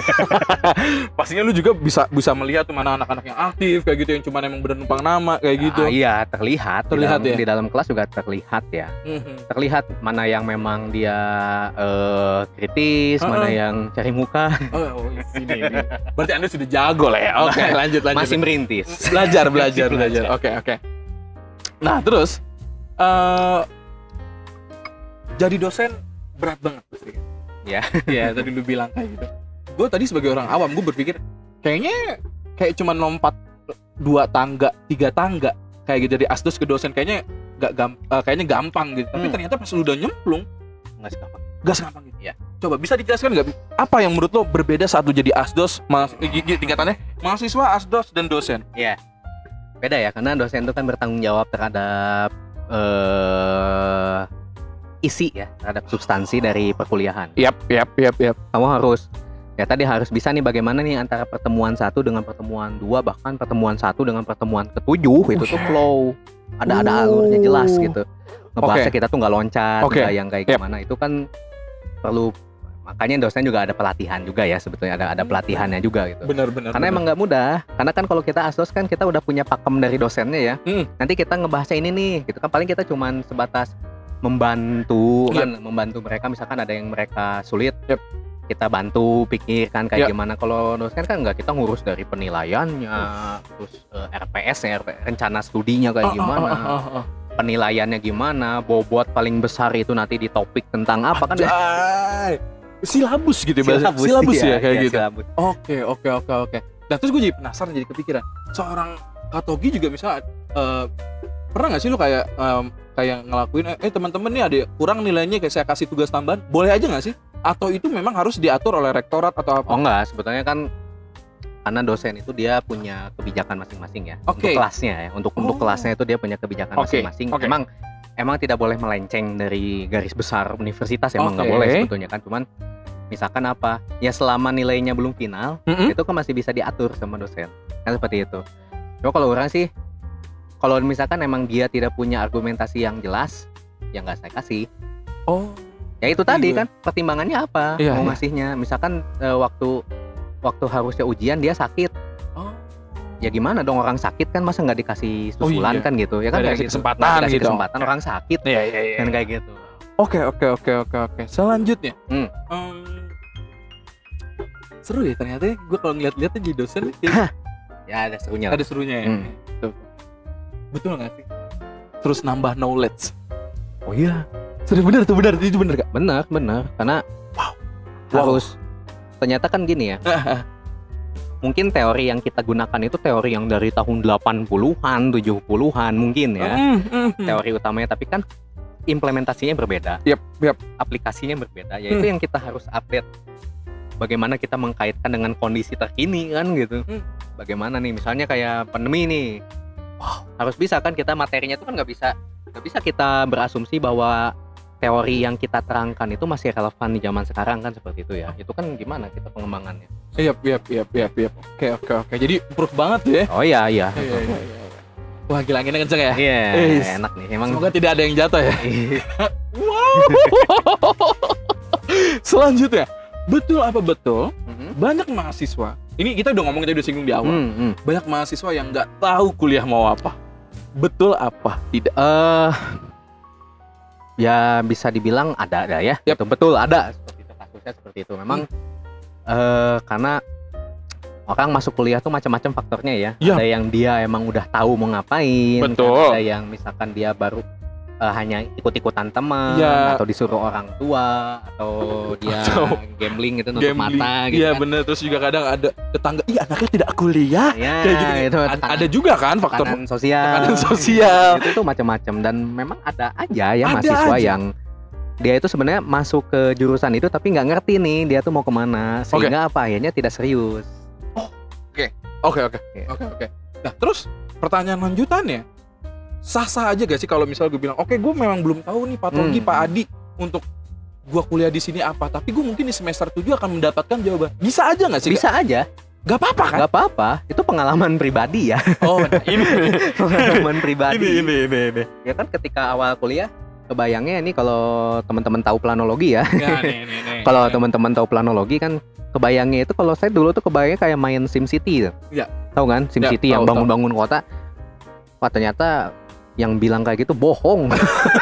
Pastinya lu juga bisa bisa melihat tuh mana anak-anak yang aktif kayak gitu yang cuma emang bener numpang nama kayak gitu. Ah, iya, terlihat. Terlihat di dalam, ya? di dalam kelas juga terlihat ya. Mhm. Terlihat mana yang memang dia eh, kritis, mana Heeh. yang cari muka. Oh, oh, ini, ini. Berarti Anda sudah jago lah ya. Oke, lanjut lanjut. Masih merintis. belajar belajar Masih belajar. Oke, oke. Nah, terus eh jadi dosen berat banget pasti. Ya. Iya, tadi lu bilang kayak gitu. Gue tadi sebagai orang awam gue berpikir kayaknya kayak cuma lompat dua tangga, tiga tangga kayak gitu dari asdos ke dosen kayaknya gak gam eh, kayaknya gampang gitu. Tapi Hmm. ternyata pas lu udah nyemplung Nggak segampang. gak segampang gitu. Iya. Coba bisa dijelaskan nggak apa yang menurut lo berbeda saat lu jadi asdos, mas, eh, g- g- tingkatannya mahasiswa, asdos dan dosen? Beda ya, karena dosen itu kan bertanggung jawab terhadap eh isi ya, terhadap substansi dari perkuliahan. Yap, yap, yap, yap. Kamu harus ya tadi harus bisa nih bagaimana nih antara pertemuan satu dengan pertemuan dua, bahkan pertemuan satu dengan pertemuan ketujuh itu tuh flow, ada ada alurnya jelas gitu. Ngebahasnya kita tuh nggak loncat, Oke. nggak yang kayak Yap. gimana, itu kan perlu, makanya dosen juga ada pelatihan juga ya sebetulnya, ada ada pelatihannya juga gitu. Benar-benar. Karena emang nggak mudah, karena kan kalau kita asdos kan kita udah punya pakem dari dosennya ya. Hmm. Nanti kita ngebahasnya ini nih, gitu kan paling kita cuman sebatas membantu Yep. kan, membantu mereka misalkan ada yang mereka sulit, Yep. kita bantu pikirkan kayak Yep. gimana. Kalau dosen kan nggak, kita ngurus dari penilaiannya, terus eh, R P S-nya, rencana studinya kayak Oh, oh, gimana, oh, oh, oh. penilaiannya gimana, bobot paling besar itu nanti di topik tentang apa kan? Anjay. Silabus gitu ya, silabus, silabus ya, iya, kayak iya, gitu. silabus. Oke, oke, oke, oke. Nah terus gue jadi penasaran, jadi kepikiran. Seorang Katogi juga bisa eh, pernah nggak sih lu kayak em, kayak ngelakuin eh, eh teman-teman nih ada kurang nilainya kayak saya kasih tugas tambahan, boleh aja nggak sih? Atau itu memang harus diatur oleh rektorat atau apa? Oh enggak, sebetulnya kan karena dosen itu dia punya kebijakan masing-masing ya. Oke. Untuk kelasnya ya. Untuk Oh. untuk kelasnya itu dia punya kebijakan Oke, masing-masing. oke. Emang emang tidak boleh melenceng dari garis besar universitas, emang nggak Oke. boleh sebetulnya kan. Cuman misalkan apa? Ya selama nilainya belum final, Mm-mm. itu kan masih bisa diatur sama dosen. Kan seperti itu. Cuma kalau orang sih, kalau misalkan emang dia tidak punya argumentasi yang jelas, ya nggak saya kasih. Oh. Ya itu tadi Iya. kan pertimbangannya apa Iya, mau iya. ngasihnya. Misalkan eh, waktu waktu harusnya ujian dia sakit. Oh. Ya gimana dong, orang sakit kan masa nggak dikasih Oh, susulan iya. kan gitu. Ya kan Nggak kayak dikasih gitu. kesempatan Nggak dikasih gitu. kesempatan, orang sakit Iya iya iya. kan kayak gitu. Oke oke oke oke oke. Selanjutnya, Hmm. em, seru ya ternyata. Gue kalau ngeliat-liat jadi dosen kayak Ya ada serunya lah. ada serunya ya. Hmm. Tuh. Betul nggak sih? Terus nambah knowledge. Oh iya, Seru bener tuh bener itu bener gak? benar benar karena Wow. harus ternyata kan gini ya. Mungkin teori yang kita gunakan itu teori yang dari tahun delapan puluhan, tujuh puluhan mungkin ya. Mm, mm, mm. Teori utamanya, tapi kan implementasinya berbeda. Yap, yap. Aplikasinya berbeda. Yaitu yang kita harus update. Bagaimana kita mengkaitkan dengan kondisi terkini kan gitu. Hmm. Bagaimana nih misalnya kayak pandemi nih. Wow, harus bisa kan kita materinya itu kan nggak bisa nggak bisa kita berasumsi bahwa teori yang kita terangkan itu masih relevan di zaman sekarang kan, seperti itu ya. Itu kan gimana kita pengembangannya. Yap, yap, yap, yap, yap. Oke, oke, oke. Jadi improve banget tuh ya. Oh iya iya. Iya, iya, iya. Wah, gila anginnya kenceng ya. Iya, Is. enak nih emang. Semoga tidak ada yang jatuh ya. Wow. Selanjutnya, betul apa betul Mhm. banyak mahasiswa. Ini kita udah ngomong, tadi udah singgung di awal. Hmm, hmm. Banyak mahasiswa yang nggak tahu kuliah mau apa. Betul apa? Tidak. Eh, ya bisa dibilang ada ada ya. Yap. Itu betul ada, seperti itu kasusnya seperti itu. Memang eh karena orang masuk kuliah tuh macam-macam faktornya ya. Yap. Ada yang dia emang udah tahu mau ngapain, kan Betul. ada yang misalkan dia baru eh, hanya ikut-ikutan teman Ya. atau disuruh orang tua atau dia Atau gambling gitu, nutup Gambling. mata gitu Iya kan. bener. Terus juga kadang ada tetangga, iya anaknya tidak kuliah. Ya, Kayak gitu. itu Ada, tekanan- ada juga kan faktor tekanan sosial. tekanan sosial. itu tuh macam-macam, dan memang ada aja ya Ada mahasiswa aja. yang dia itu sebenarnya masuk ke jurusan itu tapi nggak ngerti nih dia tuh mau kemana, sehingga apa akhirnya tidak serius. Oke oke Iya. oke oke. Nah terus pertanyaan lanjutannya, sah-sah aja gak sih kalau misal gue bilang, oke gue memang belum tahu nih patologi Hmm. Pak Adi untuk gue kuliah di sini apa, tapi gue mungkin di semester tujuh akan mendapatkan jawaban. Bisa aja nggak sih? Bisa aja, Gak apa-apa kan? nggak apa-apa. Itu pengalaman pribadi ya, Oh nah, ini nih. pengalaman pribadi. ini ini ini ini. Ya kan ketika awal kuliah, kebayangnya ini kalau teman-teman tahu planologi ya. Ya, nih, nih, nih. Kalau Nih. teman-teman tahu planologi kan, kebayangnya itu kalau saya dulu tuh kebayangnya kayak main SimCity tuh. Iya. Tahu kan SimCity Ya, yang tahu, bangun-bangun kota. Wah ternyata yang bilang kayak gitu bohong.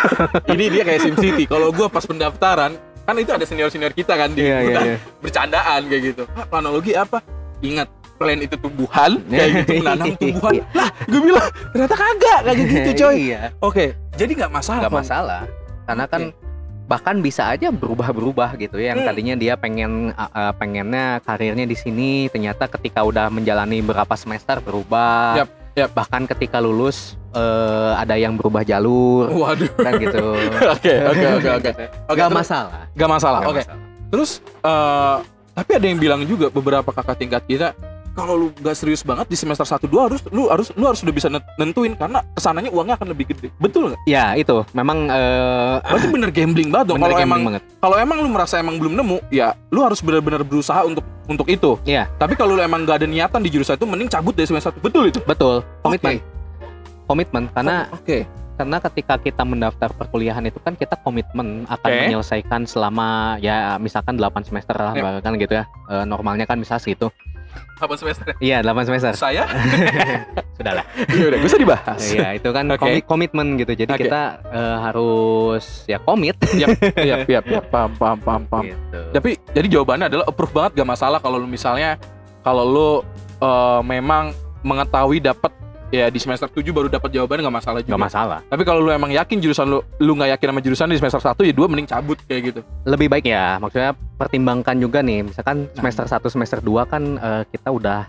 ini dia kayak SimCity. Kalau gue pas pendaftaran, kan itu ada senior-senior kita kan di Iya, iya, kita iya. bercandaan kayak gitu. Ah, planologi apa? Ingat, plan itu tumbuhan, kayak gitu, menanam tumbuhan. Lah, gue bilang ternyata kagak kayak gitu coy. Iya. Oke, jadi nggak masalah. Nggak Bang. masalah, karena kan bahkan bisa aja berubah-berubah gitu ya. Yang Hmm. tadinya dia pengen uh, uh, pengennya karirnya di sini, ternyata ketika udah menjalani berapa semester berubah. Yap, yap. Bahkan ketika lulus eh, ada yang berubah jalur Waduh. kan gitu. Oke, oke, oke, oke. Oke, Nggak terus- masalah. Nggak masalah. Nggak Oke. masalah. Terus eh, tapi ada yang bilang juga beberapa kakak tingkat kita, kalau lu nggak serius banget di semester satu dua harus lu harus lu harus udah bisa nentuin karena kesananya uangnya akan lebih gede. Betul nggak? Ya itu memang eh, Berarti bener gambling banget dong. bener Kalau gambling emang banget. kalau emang lu merasa emang belum nemu, ya lu harus benar-benar berusaha untuk untuk itu. Iya. Tapi kalau lu emang nggak ada niatan di jurusan itu, mending cabut dari semester satu. Betul itu? Betul, komitmen. Oke. Komitmen karena Oke. karena ketika kita mendaftar perkuliahan itu kan kita komitmen akan Oke. menyelesaikan selama ya misalkan delapan semester lah, Yep. kan gitu ya. Eh, normalnya kan misal segitu. Apa semester? Iya, delapan semester. Saya? Sudahlah. Iya udah, bisa dibahas. Iya, itu kan Oke. komi- komitmen gitu. Jadi Oke. kita eh, harus ya komit Iya, iya, iya, iya. Paham, paham, paham, paham. gitu. Tapi jadi jawabannya adalah approve banget, gak masalah kalau lu misalnya kalau lu eh, memang mengetahui dapat ya di semester tujuh baru dapat jawabannya, gak masalah juga. Nggak masalah. Tapi kalau lu emang yakin jurusan lu lu nggak yakin sama jurusan di semester satu, ya dua mending cabut kayak gitu. Lebih baik ya, maksudnya pertimbangkan juga nih. Misalkan Nah. semester satu, semester dua kan eh, kita udah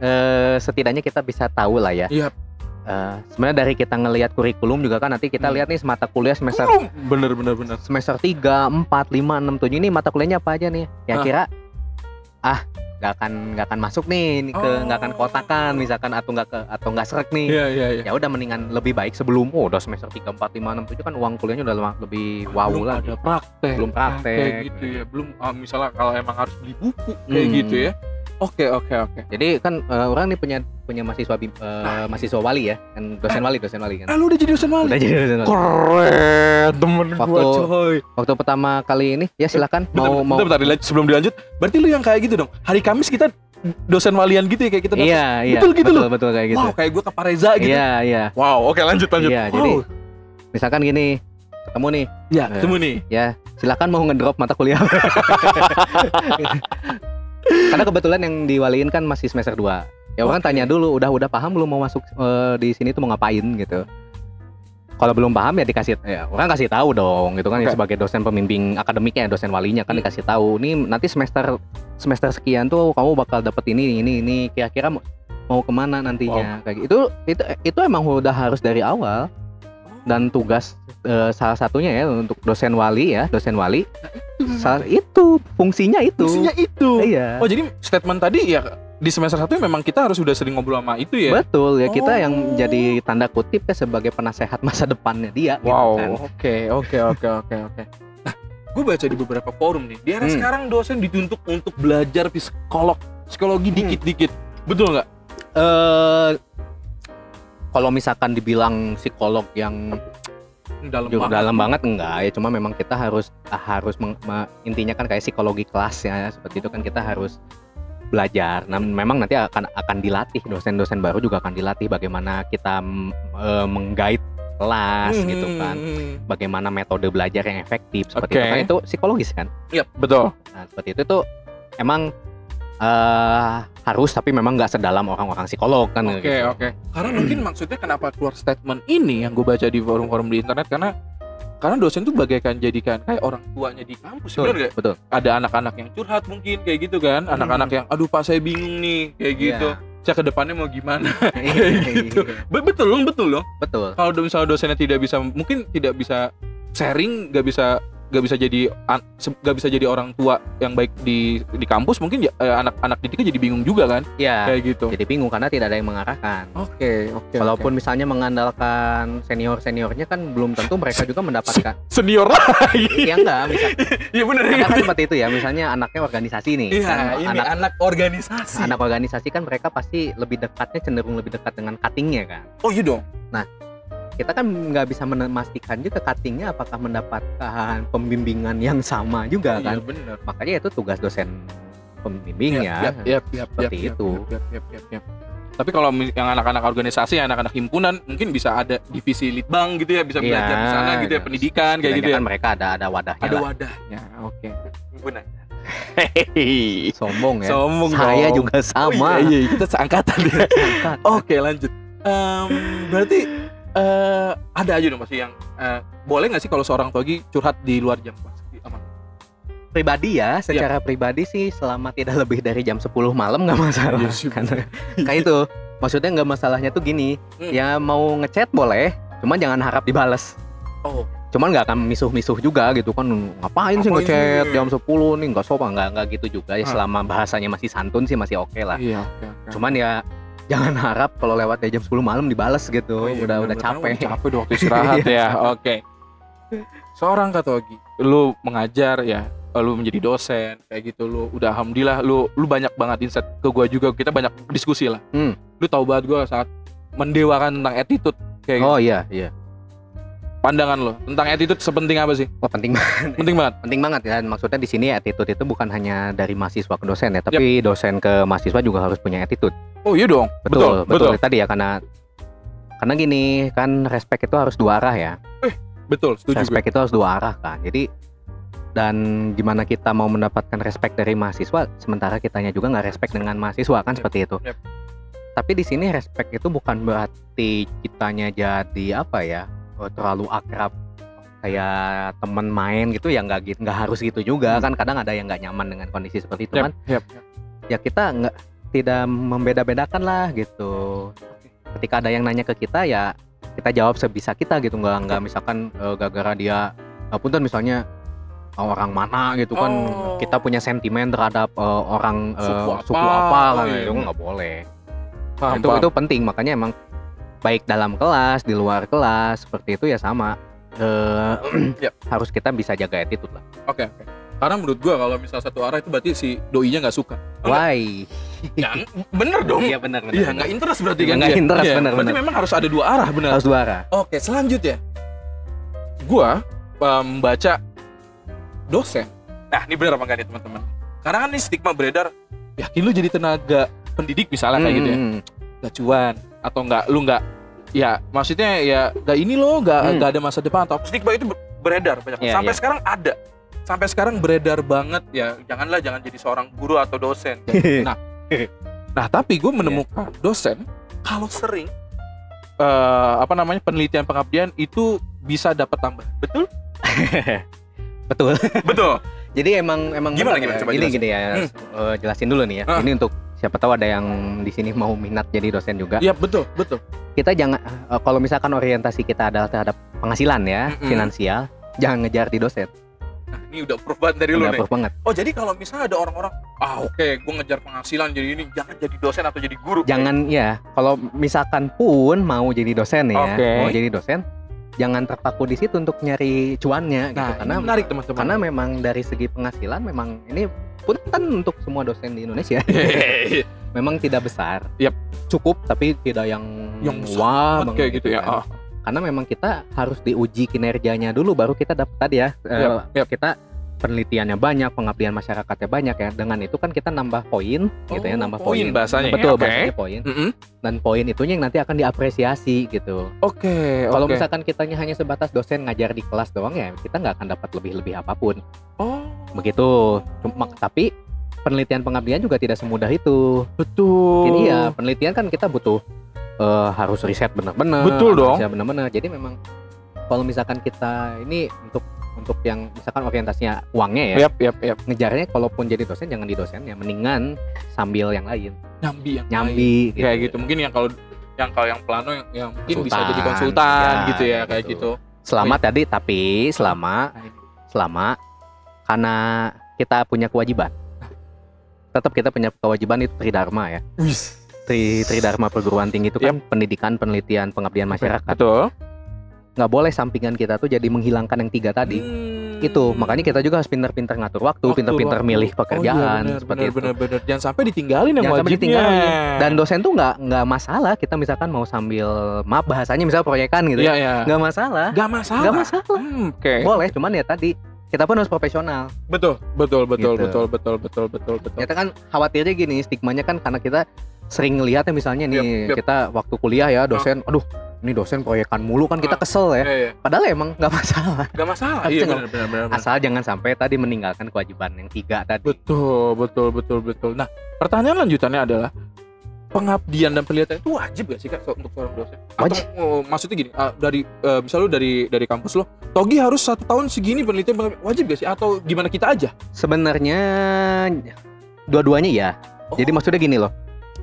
eh, setidaknya kita bisa tahu lah ya. Iya. Eh, sebenarnya dari kita ngelihat kurikulum juga kan nanti kita Hmm. lihat nih mata kuliah semester Bener bener bener. semester tiga, empat, lima, enam, tujuh ini mata kuliahnya apa aja nih? Ah. Ya kira ah nggak akan nggak akan masuk nih nih ke nggak akan kotakan misalkan atau nggak ke atau nggak srek nih. Iya iya iya. Ya udah mendingan lebih baik sebelum oh udah semester tiga, empat, lima, enam, tujuh kan uang kuliahnya udah lama- lebih wow Belum lah. ada praktek. Belum praktek. Kayak gitu ya. Belum ah, misalnya kalau emang harus beli buku kayak Hmm. gitu ya. Oke oke oke. Jadi kan eh, orang nih punya punya mahasiswa bim- eh, mahasiswa wali ya, kan dosen wali, dosen wali kan. Ah, lu udah jadi dosen wali? Udah jadi dosen wali. Keren temen gua Waktu- coy. Waktu pertama kali ini ya silakan Bentar, mau mau bentar, bentar, dilan- sebelum dilanjut, berarti lu yang kayak gitu dong. Hari Kamis kita dosen walian gitu ya kayak kita. datang. Iya, iya. Betul gitu betul, loh? betul kayak gitu. Wow, kayak gua ke Pareza gitu. Iya, iya. Wow, oke lanjut lanjut. Iya, wow. jadi misalkan gini, ketemu nih, ya, eh, ketemu nih. ya silakan mau ngedrop mata kuliah. Karena kebetulan yang diwaliin kan masih semester dua. Ya orang Oke. tanya dulu, udah udah paham belum mau masuk eh, di sini tuh mau ngapain gitu. Kalau belum paham ya dikasih ya orang kasih tahu dong gitu kan Oke. sebagai dosen pembimbing akademiknya, dosen walinya kan Hmm. dikasih tahu. Nih nanti semester semester sekian tuh kamu bakal dapet ini ini ini kira-kira mau, mau kemana nantinya kayak gitu. Itu itu itu emang udah harus dari awal. Dan tugas eh, salah satunya ya untuk dosen wali ya, dosen wali salah itu fungsinya itu. Fungsinya itu. Iya. Oh, jadi statement tadi ya di semester satu memang kita harus sudah sering ngobrol sama itu ya. Betul ya kita Oh. yang jadi tanda kutip ya sebagai penasehat masa depannya dia gitu Wow, kan. oke oke oke oke oke. Nah, gue baca di beberapa forum nih. Di era Hmm. sekarang dosen dituntut untuk belajar psikolog, psikologi Hmm. dikit-dikit. Betul nggak? Eh kalau misalkan dibilang psikolog yang Dalam juga banget. dalam banget enggak ya, cuma memang kita harus harus meng- me- intinya kan kayak psikologi kelas ya seperti itu kan kita harus belajar. Nah, memang nanti akan akan dilatih dosen-dosen baru juga akan dilatih bagaimana kita mm, eh, menggait kelas Hmm, gitu kan. hmm, Bagaimana metode belajar yang efektif seperti Oke. itu kan itu psikologis kan. Iya, betul. Nah, seperti itu tuh emang eh harus tapi memang nggak sedalam orang-orang psikolog kan Oke gitu. oke. Karena mungkin maksudnya kenapa keluar statement ini yang gue baca di forum-forum di internet karena karena dosen tuh bagaikan jadikan kayak orang tuanya di kampus, benar Betul, nggak? betul. Ada anak-anak yang curhat mungkin kayak gitu kan, Hmm. anak-anak yang aduh pak saya bingung nih kayak Iya. gitu. Saya ke depannya mau gimana? Iya, gitu. Be- Betul dong, betul dong. betul. Kalau misalnya dosennya tidak bisa, mungkin tidak bisa sharing, nggak bisa nggak bisa jadi an- se- nggak bisa jadi orang tua yang baik di di kampus, mungkin ya, eh, anak-anak didiknya jadi bingung juga kan, Ya, kayak gitu. jadi bingung karena tidak ada yang mengarahkan. Oke oke. Walaupun misalnya mengandalkan senior-seniornya kan belum tentu mereka juga mendapatkan. senior lagi. Ya enggak, misal Iya benar kadang gitu. kan seperti itu ya. Misalnya anaknya organisasi nih. Iya, kan ini anak anak organisasi. anak organisasi kan mereka pasti lebih dekatnya cenderung lebih dekat dengan cuttingnya kan. Oh iya dong. Kita kan nggak bisa memastikan juga cuttingnya apakah mendapatkan pembimbingan yang sama juga kan. Iya benar. Makanya itu tugas dosen pembimbingnya. Yap, yap, yap, Seperti yap, itu. Yap, yap, yap, yap. Tapi kalau mi- yang anak-anak organisasi, anak-anak himpunan mungkin bisa ada divisi litbang gitu ya, bisa Iya, belajar di sana gitu ya, iya. pendidikan kayak gitu ya. kan mereka ada ada wadahnya Ada lah. wadahnya. Oke. Himpunan. Sombong ya. Sombong Saya dong. juga sama. Oh, iya, iya, kita seangkatan. Oke, lanjut. Em, berarti eh, ada aja dong pasti yang eh, boleh nggak sih kalau seorang togi curhat di luar jam kelas? Aman. Pribadi ya, Iya. secara pribadi sih selama tidak lebih dari jam sepuluh malam nggak masalah. Iya sih, Karena kayak itu, maksudnya nggak masalahnya tuh gini, Hmm. ya mau ngechat boleh, cuman jangan harap dibales. Oh, Cuman nggak akan misuh-misuh juga gitu kan, ngapain sih Ngapain ngechat sih? jam sepuluh nih, nggak sopan, nggak nggak gitu juga ya. Ah. Selama bahasanya masih santun sih masih oke lah. iya, oke, oke. Cuman ya jangan harap kalau lewat dari jam sepuluh malam dibales gitu, Oh iya, udah udah bener-bener. capek. Udah capek udah waktu istirahat ya. Oke. Seorang Katogi, lu mengajar ya, lu menjadi dosen kayak gitu, lu udah alhamdulillah lu lu banyak banget insight ke gua juga, kita banyak diskusi lah. Hmm. Lu tahu banget gua saat mendewakan tentang attitude kayak gitu. Oh iya iya, Pandangan lo tentang attitude sepenting apa sih? oh penting banget. Penting banget. Penting banget ya. Maksudnya di sini attitude itu bukan hanya dari mahasiswa ke dosen ya, tapi dosen ke mahasiswa juga harus punya attitude. Oh iya dong. Betul, Betul, betul. Tadi ya karena karena gini kan respect itu harus dua arah ya. Betul, setuju gue. Respect itu harus dua arah kan. Jadi dan gimana kita mau mendapatkan respect dari mahasiswa sementara kitanya juga nggak respect dengan mahasiswa kan Yep, seperti itu. yep. Tapi di sini respect itu bukan berarti kitanya jadi apa ya oh, terlalu akrab kayak temen main gitu ya nggak gitu nggak harus gitu juga Hmm. kan kadang ada yang nggak nyaman dengan kondisi seperti itu Yap, kan yap. ya kita nggak tidak membeda-bedakan lah gitu. Ketika ada yang nanya ke kita ya kita jawab sebisa kita gitu nggak nggak misalkan eh, gara-gara dia punten misalnya orang mana gitu kan, Oh. kita punya sentimen terhadap uh, orang uh, Suku apa? suku apa Oh, kan, iya. itu nggak boleh. Paham, itu paham. itu penting, makanya emang baik dalam kelas, di luar kelas seperti itu ya sama. Eh, Yap. harus kita bisa jaga attitude lah. Oke, oke. Karena menurut gua kalau misal satu arah itu berarti si doinya nggak suka. Why? Ya, bener dong. Iya benar benar. Iya, nggak interest berarti kan. Nggak dia? interest, Iya, bener, Berarti bener. memang harus ada dua arah, benar. Harus dua arah. Oke, selanjutnya. Gua uh, membaca dosen. Nah, ini benar apa enggak nih teman-teman? Karena kan ini stigma beredar, yakin lu jadi tenaga pendidik misalnya kayak gitu ya. Hmm. Gak cuan atau enggak lu enggak ya maksudnya ya gak ini loh gak, Hmm. gak ada masa depan atau stigma itu ber- beredar banyak. Iya, Sampai iya. sekarang ada. Sampai sekarang beredar banget ya. Janganlah jangan jadi seorang guru atau dosen. Nah, nah tapi gue menemukan dosen kalau sering eh, apa namanya penelitian pengabdian itu bisa dapat tambahan. Betul? Betul. Betul. Jadi emang emang Gimana, bener gimana? ya. Coba Gini jelasin. gini ya. Hmm. eh, jelasin dulu nih ya. Ah. Ini untuk siapa tahu ada yang di sini mau minat jadi dosen juga. Iya, betul, betul. Kita jangan eh, kalau misalkan orientasi kita adalah terhadap penghasilan ya, Mm-mm. finansial, jangan ngejar di dosen. Nah, ini udah proof banget dari lu Udah nih. proof banget. Oh, jadi kalau misalnya ada orang-orang, ah oke, gue ngejar penghasilan jadi ini, jangan jadi dosen atau jadi guru. Jangan ya, kalau misalkan pun mau jadi dosen ya, Oke. mau jadi dosen, jangan terpaku di situ untuk nyari cuannya gitu. Nah, Karena ini menarik teman-teman. karena memang dari segi penghasilan memang ini punten untuk semua dosen di Indonesia. Memang tidak besar. Yap. Cukup tapi tidak yang yang besar wah banget banget kayak gitu ya. kan. Ah. Karena memang kita harus diuji kinerjanya dulu baru kita dapat tadi ya. eh, Yap, yap. Kita penelitiannya banyak, pengabdian masyarakatnya banyak ya. Dengan itu kan kita nambah poin gitu ya, Oh, nambah poin poin. bahasanya ya, Betul, oke. bahasanya poin. Mm-mm. Dan poin itunya yang nanti akan diapresiasi gitu. Oke, Kalau oke. misalkan kitanya hanya sebatas dosen ngajar di kelas doang ya, kita nggak akan dapat lebih-lebih apapun. Oh, Begitu. Cuma tapi penelitian pengabdian juga tidak semudah itu. betul. Ini ya penelitian kan kita butuh eh, harus riset benar-benar. Betul dong. Harus benar-benar. Jadi memang kalau misalkan kita ini untuk untuk yang misalkan orientasinya uangnya ya, Yap, yap, yap. ngejarnya kalaupun jadi dosen jangan di dosen ya, mendingan sambil yang lain, Nyambi yang lain. nyambi gitu. Kayak gitu. Mungkin yang kalau yang kalau yang plano yang, yang mungkin bisa Konsultan, jadi konsultan ya, gitu ya, kayak kayak gitu. gitu. Selama tadi tapi selama Nah, ini. selama karena kita punya kewajiban. Tetap kita punya kewajiban itu tridharma ya. Wis. Tri Tridharma perguruan tinggi itu kan pendidikan, penelitian, pengabdian masyarakat. Betul. Nggak boleh sampingan kita tuh jadi menghilangkan yang tiga tadi. Hmm. Itu makanya kita juga harus pintar-pintar ngatur waktu, Waktu, pintar-pintar waktu. milih pekerjaan oh, iya, bener, seperti bener, itu. bener, bener. Jangan sampai ditinggalin yang Jangan sampai wajibnya. ditinggalin. Dan dosen tuh nggak nggak masalah kita misalkan mau sambil maaf bahasanya misalnya proyekan gitu. Iya, ya. iya. Nggak masalah. Gak masalah. Nggak masalah. Hmm, Oke. Boleh, cuman ya tadi kita pun harus profesional. Betul, betul, betul, Gitu. betul, betul, betul, betul, betul. Kita kan khawatirnya gini, stigmanya kan karena kita sering ngelihatnya misalnya nih Yap, yap. kita waktu kuliah ya dosen, aduh ini dosen proyekan mulu kan kita kesel ya. Iya, iya. Padahal emang nggak masalah. Gak masalah. Tapi Iya, jangan- benar, benar, benar. benar. Asal jangan sampai tadi meninggalkan kewajiban yang tiga tadi. Betul, betul, betul, betul. Nah, pertanyaan lanjutannya adalah pengabdian dan penelitian itu wajib gak sih Kak so- untuk seorang dosen? Atau Wajib. oh, maksudnya gini, ah, dari eh, misal lu dari dari kampus lo, Togi harus satu tahun segini penelitian, penelitian wajib gak sih? Atau gimana kita aja? Sebenarnya dua-duanya ya. Oh. Jadi maksudnya gini loh.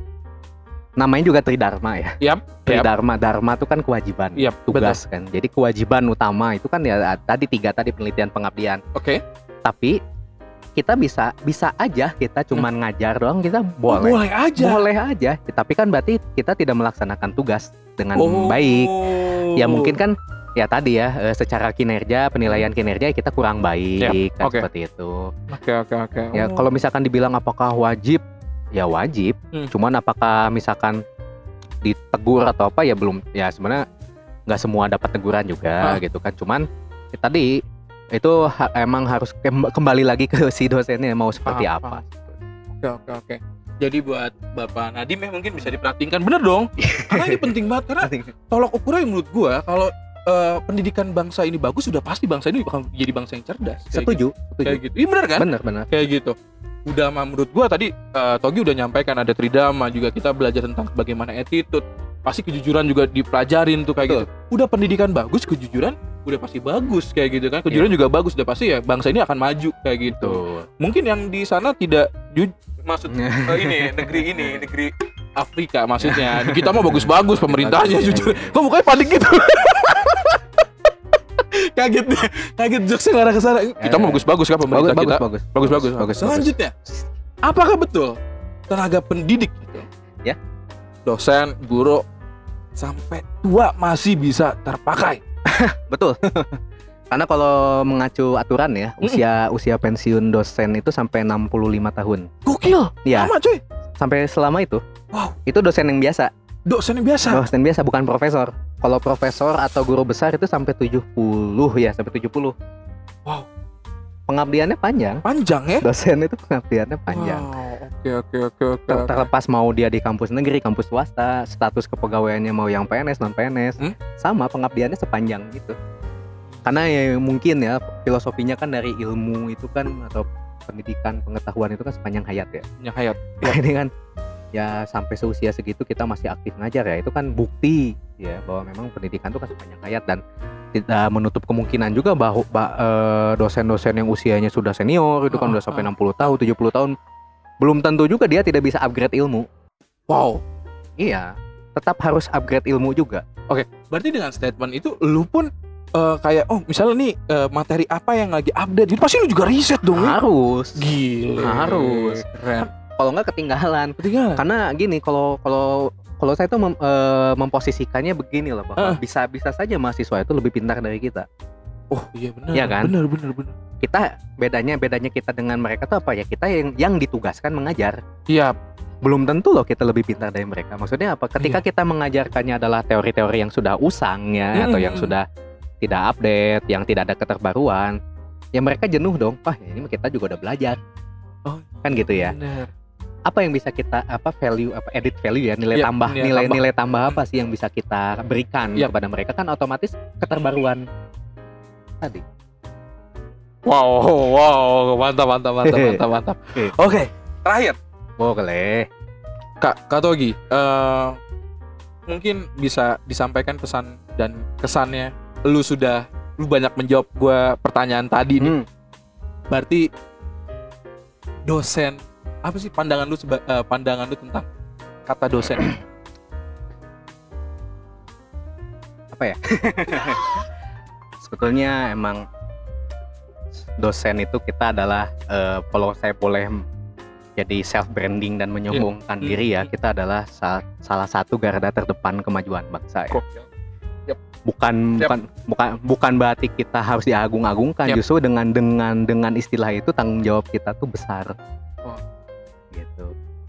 Namanya juga tridharma ya. Yap, Tridharma, dharma itu kan kewajiban, Yap, tugas kan. Jadi kewajiban utama itu kan ya tadi tiga tadi penelitian pengabdian. Oke. Tapi kita bisa bisa aja kita cuman ngajar doang kita Oh, boleh. boleh aja. Boleh aja. Tapi kan berarti kita tidak melaksanakan tugas dengan Oh. baik. Ya mungkin kan ya tadi ya eh, secara kinerja, penilaian kinerja kita kurang baik kan oke. seperti itu. Oke, oke, oke. Ya Oh. kalau misalkan dibilang apakah wajib? Ya wajib. Hmm. Cuman apakah misalkan ditegur atau apa ya belum, ya sebenarnya nggak semua dapat teguran juga Ah. gitu kan. Cuman ya tadi itu ha- emang harus kem- kembali lagi ke si dosennya mau seperti Paham, apa. Oke, oke, oke. Jadi buat Bapak Nadim ya mungkin bisa diperhatikan, bener dong. Karena ini penting banget karena tolak ukurnya menurut gua kalau eh, pendidikan bangsa ini bagus sudah pasti bangsa ini bakal jadi bangsa yang cerdas. Kayak Setuju, gitu. setuju. Kayak gitu. Iya bener kan? Bener bener. Kayak gitu. Udah mah menurut gua tadi eh, Togi udah nyampaikan ada tridharma juga, kita belajar tentang bagaimana attitude. Pasti kejujuran juga dipelajarin tuh kayak Betul. gitu. Udah pendidikan bagus, kejujuran udah pasti bagus kayak gitu kan. Kejujuran juga bagus, udah pasti ya bangsa ini akan maju kayak gitu. Tuh. Mungkin yang di sana tidak ju- maksud eh, ini negeri ini negeri Afrika maksudnya. Kita mah bagus-bagus pemerintahnya Bagus, jujur. iya, iya. Kok mukanya panik gitu? Kaget deh. Kaget jokesnya ngarah ke sana. Kita mah bagus-bagus kan pemerintah bagus, kita. bagus, Bagus-bagus. bagus. Selanjutnya, apakah betul tenaga pendidik gitu? Ya. Dosen, guru sampai tua masih bisa terpakai. Betul. Karena kalau mengacu aturan ya, Mm-mm. usia usia pensiun dosen itu sampai enam puluh lima tahun. Gokil. Iya, Lama cuy. sampai selama itu. Wow. Itu dosen yang biasa. Dosen yang biasa. Dosen biasa bukan profesor. Kalau profesor atau guru besar itu sampai tujuh puluh ya, sampai tujuh puluh. Wow. Pengabdiannya panjang. Panjang ya? Dosen itu pengabdiannya panjang. Wow. Oke oke oke oke. Ter- Terlepas mau dia di kampus negeri, kampus swasta, status kepegawaiannya mau yang P N S, non P N S, Hmm? sama pengabdiannya sepanjang gitu. Karena ya mungkin ya filosofinya kan dari ilmu itu kan atau pendidikan, pengetahuan itu kan sepanjang hayat ya. Punya hayat. Ini kan ya sampai seusia segitu kita masih aktif ngajar ya, itu kan bukti ya bahwa memang pendidikan itu kan sepanjang hayat, dan tidak menutup kemungkinan juga bahwa bah, eh, dosen-dosen yang usianya sudah senior itu kan Ah, udah sampai ah. enam puluh tahun, tujuh puluh tahun, belum tentu juga dia tidak bisa upgrade ilmu. Wow. Iya, tetap harus upgrade ilmu juga. Berarti dengan statement itu lu pun eh, kayak oh misalnya nih eh, materi apa yang lagi update gitu pasti lu juga riset dong ya? Harus. Gile. Harus. Keren. Kalau nggak ketinggalan. Ketinggalan. Karena gini, kalau kalau kalau saya tuh mem- eh, memposisikannya begini loh, bahwa Ah. bisa bisa saja mahasiswa itu lebih pintar dari kita. Oh iya benar. Iya kan? Benar benar benar. Kita bedanya bedanya kita dengan mereka tuh apa ya? Kita yang yang ditugaskan mengajar. Iya. Belum tentu loh kita lebih pintar dari mereka. Maksudnya apa? Ketika Iya. kita mengajarkannya adalah teori-teori yang sudah usang ya, atau yang Mm-mm. sudah tidak update, yang tidak ada keterbaruan, ya mereka jenuh dong. Wah, ini mah kita juga udah belajar. Oh, Kan gitu ya. benar. Apa yang bisa kita apa value apa edit value ya, nilai Iya, tambah nilai nilai tambah. nilai tambah apa sih yang bisa kita berikan Iya. kepada mereka, kan otomatis keterbaruan tadi. Wow, wow, mantap, mantap, mantap, mantap, mantap. Oke. Oke, terakhir, Boleh. Kak, Kak Togi, eh, mungkin bisa disampaikan pesan dan kesannya. Lu sudah, lu banyak menjawab gua pertanyaan tadi nih. Hmm. Berarti dosen, apa sih pandangan lu seba, eh, pandangan lu tentang kata dosen? Apa ya? Sebetulnya emang dosen itu kita adalah eh, kalau saya boleh jadi self branding dan menyombongkan Hmm. diri ya, Hmm. kita adalah sa- salah satu garda terdepan kemajuan bangsa ya. Gokil. Bukan Siap. bukan bukan bukan berarti kita harus diagung-agungkan, Yap. justru dengan dengan dengan istilah itu tanggung jawab kita tuh besar. Wah. Gitu.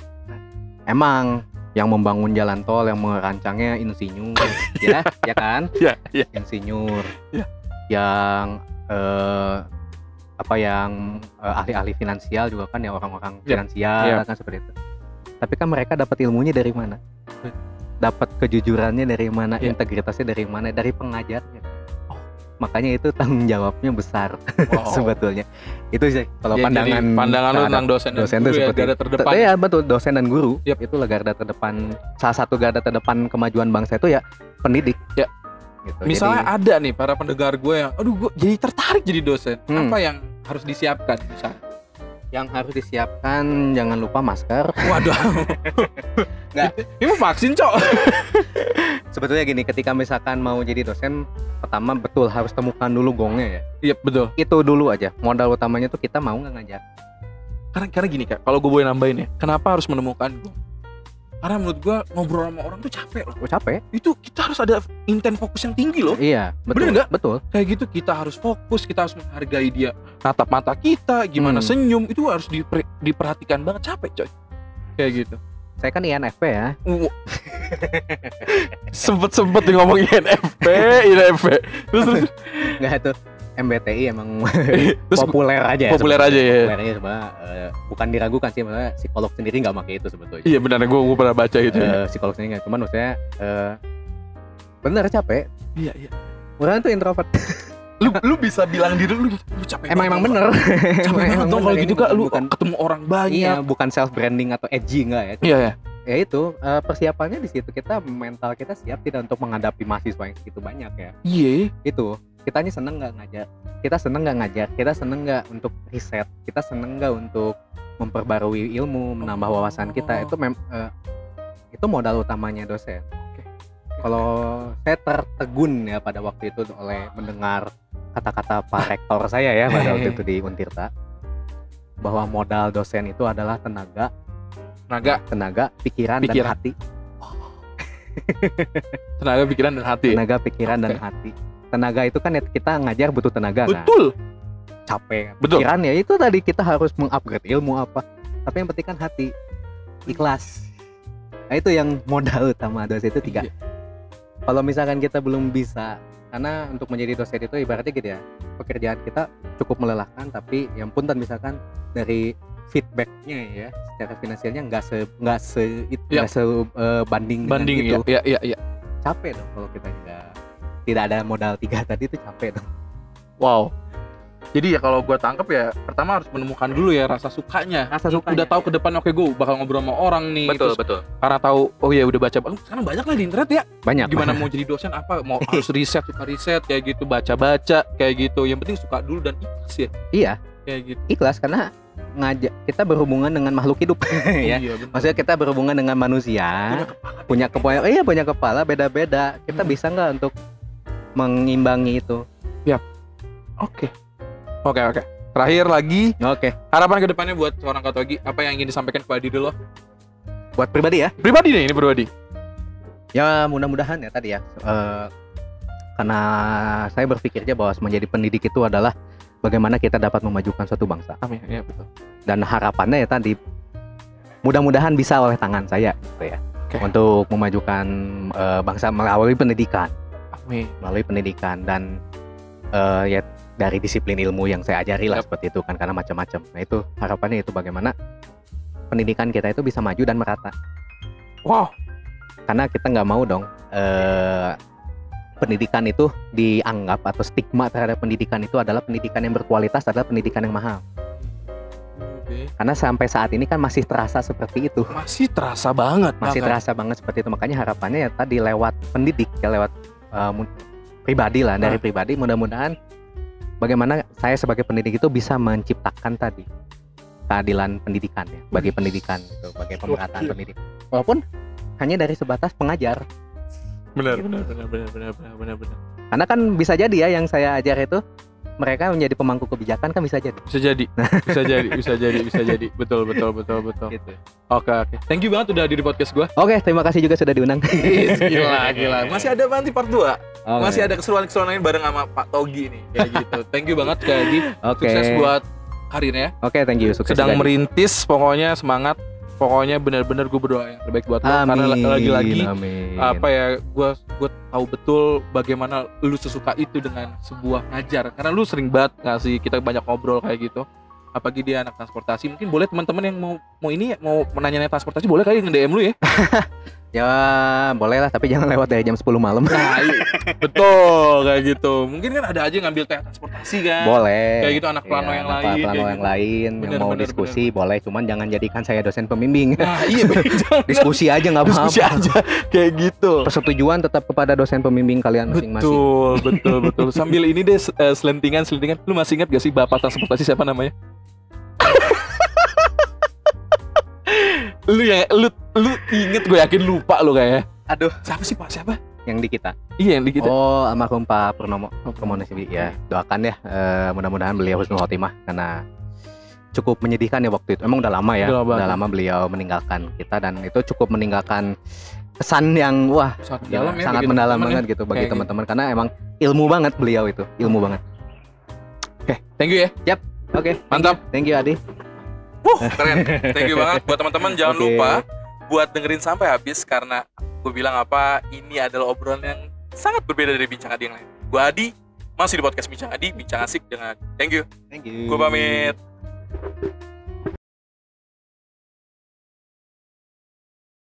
Emang yang membangun jalan tol, yang merancangnya insinyur, ya, ya kan? Iya, iya. Insinyur. Iya. Yang eh, apa yang eh, ahli-ahli finansial juga kan ya, orang-orang Yap. finansial Yap. kan seperti itu. Tapi kan mereka dapat ilmunya dari mana? Dapat kejujurannya dari mana? Yap. Integritasnya dari mana? Dari pengajarnya. Oh. Makanya itu tanggung jawabnya besar Wow. sebetulnya. Itu sih kalau Ya, pandangan jadi pandangan lu terhadap tentang dosen, dosen dan itu guru ya, seperti garda terdepan. Iya betul, dosen dan guru. Yap. Itulah garda terdepan, salah satu garda terdepan kemajuan bangsa itu ya pendidik. Ya. Gitu. Misalnya Jadi, ada nih para pendengar gue yang, aduh gue jadi tertarik jadi dosen. Hmm. Apa yang harus disiapkan misalnya? yang harus disiapkan jangan lupa masker. Waduh. Nggak. Ini mau vaksin, Cok. Sebetulnya gini, ketika misalkan mau jadi dosen, pertama betul harus temukan dulu gongnya ya. Iya, betul. Itu dulu aja. Modal utamanya tuh kita mau nggak ngajar. Karena karena gini, Kak, kalau gue boleh nambahin ya, kenapa harus menemukan gue? Karena menurut gue ngobrol sama orang tuh capek loh. Oh, capek? Itu kita harus ada intent fokus yang tinggi loh. Iya, betul. Bener nggak? Betul. Kayak gitu kita harus fokus, kita harus menghargai dia. Natap mata kita, gimana Hmm. senyum, itu harus diper- diperhatikan banget, capek coy. Kayak gitu. Saya kan I N F P ya. Uh. Sempet-sempet nih ngomong I N F P, I N F P. Terus terus Nggak, itu M B T I emang terus populer aja. populer sebenarnya. aja ya. Populer aja sebenarnya, eh, bukan diragukan sih, maksudnya psikolog sendiri nggak pakai itu sebetulnya. Iya benar, gue gue pernah baca itu. Ya. Eh, psikolog sendiri nggak, cuman maksudnya eh, bener capek. Iya iya. Orang tuh introvert. Lu lu bisa bilang diri lu, lu capek. Emang emang banget. bener. Capek banget dong kalau bener. gitu, Kak. Lu bukan, ketemu orang iya, banyak. bukan self branding atau edgy enggak ya. Iya ya. Ya itu eh, persiapannya di situ, kita mental kita siap tidak untuk menghadapi mahasiswa yang segitu banyak ya. Iya. Itu kitanya seneng nggak ngajar, kita seneng nggak ngajar, kita seneng nggak untuk riset, kita seneng nggak untuk memperbarui ilmu, menambah wawasan kita. Itu mem eh, itu modal utamanya dosen. Kalau saya tertegun ya pada waktu itu oleh mendengar kata-kata Pak Rektor saya ya pada waktu itu di Untirta, bahwa modal dosen itu adalah tenaga, Tenaga, tenaga, pikiran, Pikiran. dan hati. tenaga pikiran dan hati. Tenaga, pikiran, dan Oke. hati. Tenaga itu kan ya kita ngajar butuh tenaga kan. Betul. Capek. Betul. Pikiran ya itu tadi kita harus mengupgrade ilmu apa. Tapi yang penting kan hati, ikhlas. Nah itu yang modal utama dosen itu tiga. Iya. Kalau misalkan kita belum bisa, karena untuk menjadi dosen itu ibaratnya gitu ya, pekerjaan kita cukup melelahkan, tapi yang punten misalkan dari feedbacknya ya, secara finansialnya nggak se nggak se it- Iya. nggak sebanding Banding dengan itu. ya, ya, ya, ya. Capek dong kalau kita nggak tidak ada modal tiga tadi itu capek dong. Wow. Jadi ya kalau gue tangkep ya, pertama harus menemukan dulu ya rasa sukanya. Rasa Lu sukanya, Udah tahu ya. ke depan, oke gue bakal ngobrol sama orang nih. Terus betul. karena tahu, oh ya udah baca. Sekarang banyak lah di internet ya. Banyak. Gimana mau jadi dosen apa? Mau harus riset, suka riset kayak gitu, baca-baca kayak gitu. Yang penting suka dulu dan ikhlas ya. Iya, Kayak gitu. ikhlas karena ngajak kita berhubungan dengan makhluk hidup ya. Iya, bener. Maksudnya kita berhubungan dengan manusia, punya kepala, iya punya kepala beda-beda. Kita Hmm. bisa nggak untuk mengimbangi itu? Oke. Oke, oke. Terakhir lagi, Oke, harapan ke depannya buat seorang Kak Togi, apa yang ingin disampaikan kepada diri lo? buat pribadi ya. Pribadi nih, ini pribadi. Ya mudah-mudahan ya tadi ya. eh, karena saya berpikirnya bahwa menjadi pendidik itu adalah bagaimana kita dapat memajukan suatu bangsa. Amin. Ya, betul. Dan harapannya ya tadi mudah-mudahan bisa oleh tangan saya gitu ya. Oke. Untuk memajukan eh, bangsa melalui pendidikan. Amin. melalui pendidikan dan eh, ya dari disiplin ilmu yang saya ajari lah Yap. seperti itu kan, karena macam-macam. Nah itu harapannya itu bagaimana pendidikan kita itu bisa maju dan merata, Wow. karena kita nggak mau dong eh, pendidikan itu dianggap atau stigma terhadap pendidikan itu adalah pendidikan yang berkualitas adalah pendidikan yang mahal, Oke. karena sampai saat ini kan masih terasa seperti itu, Masih terasa banget. masih bahkan. terasa banget seperti itu. Makanya harapannya ya tadi lewat pendidik ya, lewat eh, mu- pribadi lah, dari Nah. pribadi mudah-mudahan bagaimana saya sebagai pendidik itu bisa menciptakan tadi keadilan pendidikan ya, bagi Wih. pendidikan gitu, bagi pemerataan Gokil. pendidikan. Walaupun hanya dari sebatas pengajar. Benar, benar, benar, benar, benar, benar, benar, benar. Karena kan bisa jadi ya yang saya ajar itu mereka menjadi pemangku kebijakan kan bisa jadi. Bisa jadi, bisa jadi, bisa jadi, bisa jadi. Betul, betul, betul, betul. Gitu. Oke, oke. Thank you banget udah hadir di podcast gua. Oke, terima kasih juga sudah diundang. Gila, gila. Masih ada nanti part dua. Oh, Masih ya. ada keseruan-keseruan lain bareng sama Pak Togi nih, kayak gitu. Thank you banget sekali lagi. Oke. Sukses buat karirnya. Oke, thank you. Sukses Sedang juga. merintis, pokoknya semangat. Pokoknya benar-benar gue berdoa yang terbaik buat lo, karena Amin. lagi-lagi Amin. apa ya, gue gue tahu betul bagaimana lu sesuka itu dengan sebuah ngajar, karena lu sering banget ngasih kita banyak ngobrol kayak gitu. Apalagi dia anak transportasi, mungkin boleh teman-teman yang mau mau ini ya, mau menanya transportasi boleh kali nge-D M lu ya. Ya, boleh lah, tapi jangan lewat dari jam sepuluh malam. Nah, iya. Betul kayak gitu. Mungkin kan ada aja yang ngambil teknik transportasi kan. Boleh. Kayak gitu anak plano yang anak lain, plano kayak yang gitu. lain Bener, yang mau bener, diskusi boleh, cuman jangan jadikan saya dosen pembimbing. Nah, iya betul. Diskusi aja nggak Diskusi apa-apa. aja kayak gitu. Persetujuan tetap kepada dosen pembimbing kalian masing-masing. Betul, betul, betul. Sambil ini deh uh, selentingan, selentingan. Lu masih ingat gak sih bapak transportasi siapa namanya? Lu yang lu lu inget, gue yakin lupa lu kayaknya. Aduh, Siapa sih Pak? Siapa? yang di kita. Iya yang di kita. Oh, almarhum Pak Purnomo. Purnomo Sibi. Ya, doakan ya. eh, mudah-mudahan beliau husnul khotimah karena cukup menyedihkan ya waktu itu. Emang udah lama ya. Udah lama Udah banget. lama beliau meninggalkan kita dan itu cukup meninggalkan kesan yang wah Sangat gila, dalam ya. sangat bagi mendalam teman-teman banget ya. gitu bagi Kayak teman-teman karena emang ilmu banget beliau itu, ilmu banget. Oke, thank you ya. Oke, Mantap. Thank you Adi. Wuh, keren. Thank you banget buat teman-teman. Jangan Oke. lupa buat dengerin sampai habis karena gue bilang apa, ini adalah obrolan yang sangat berbeda dari Bincang Adi yang lain. Gue Adi, masih di podcast Bincang Adi, bincang asik dengan thank you. Thank you. Gue pamit.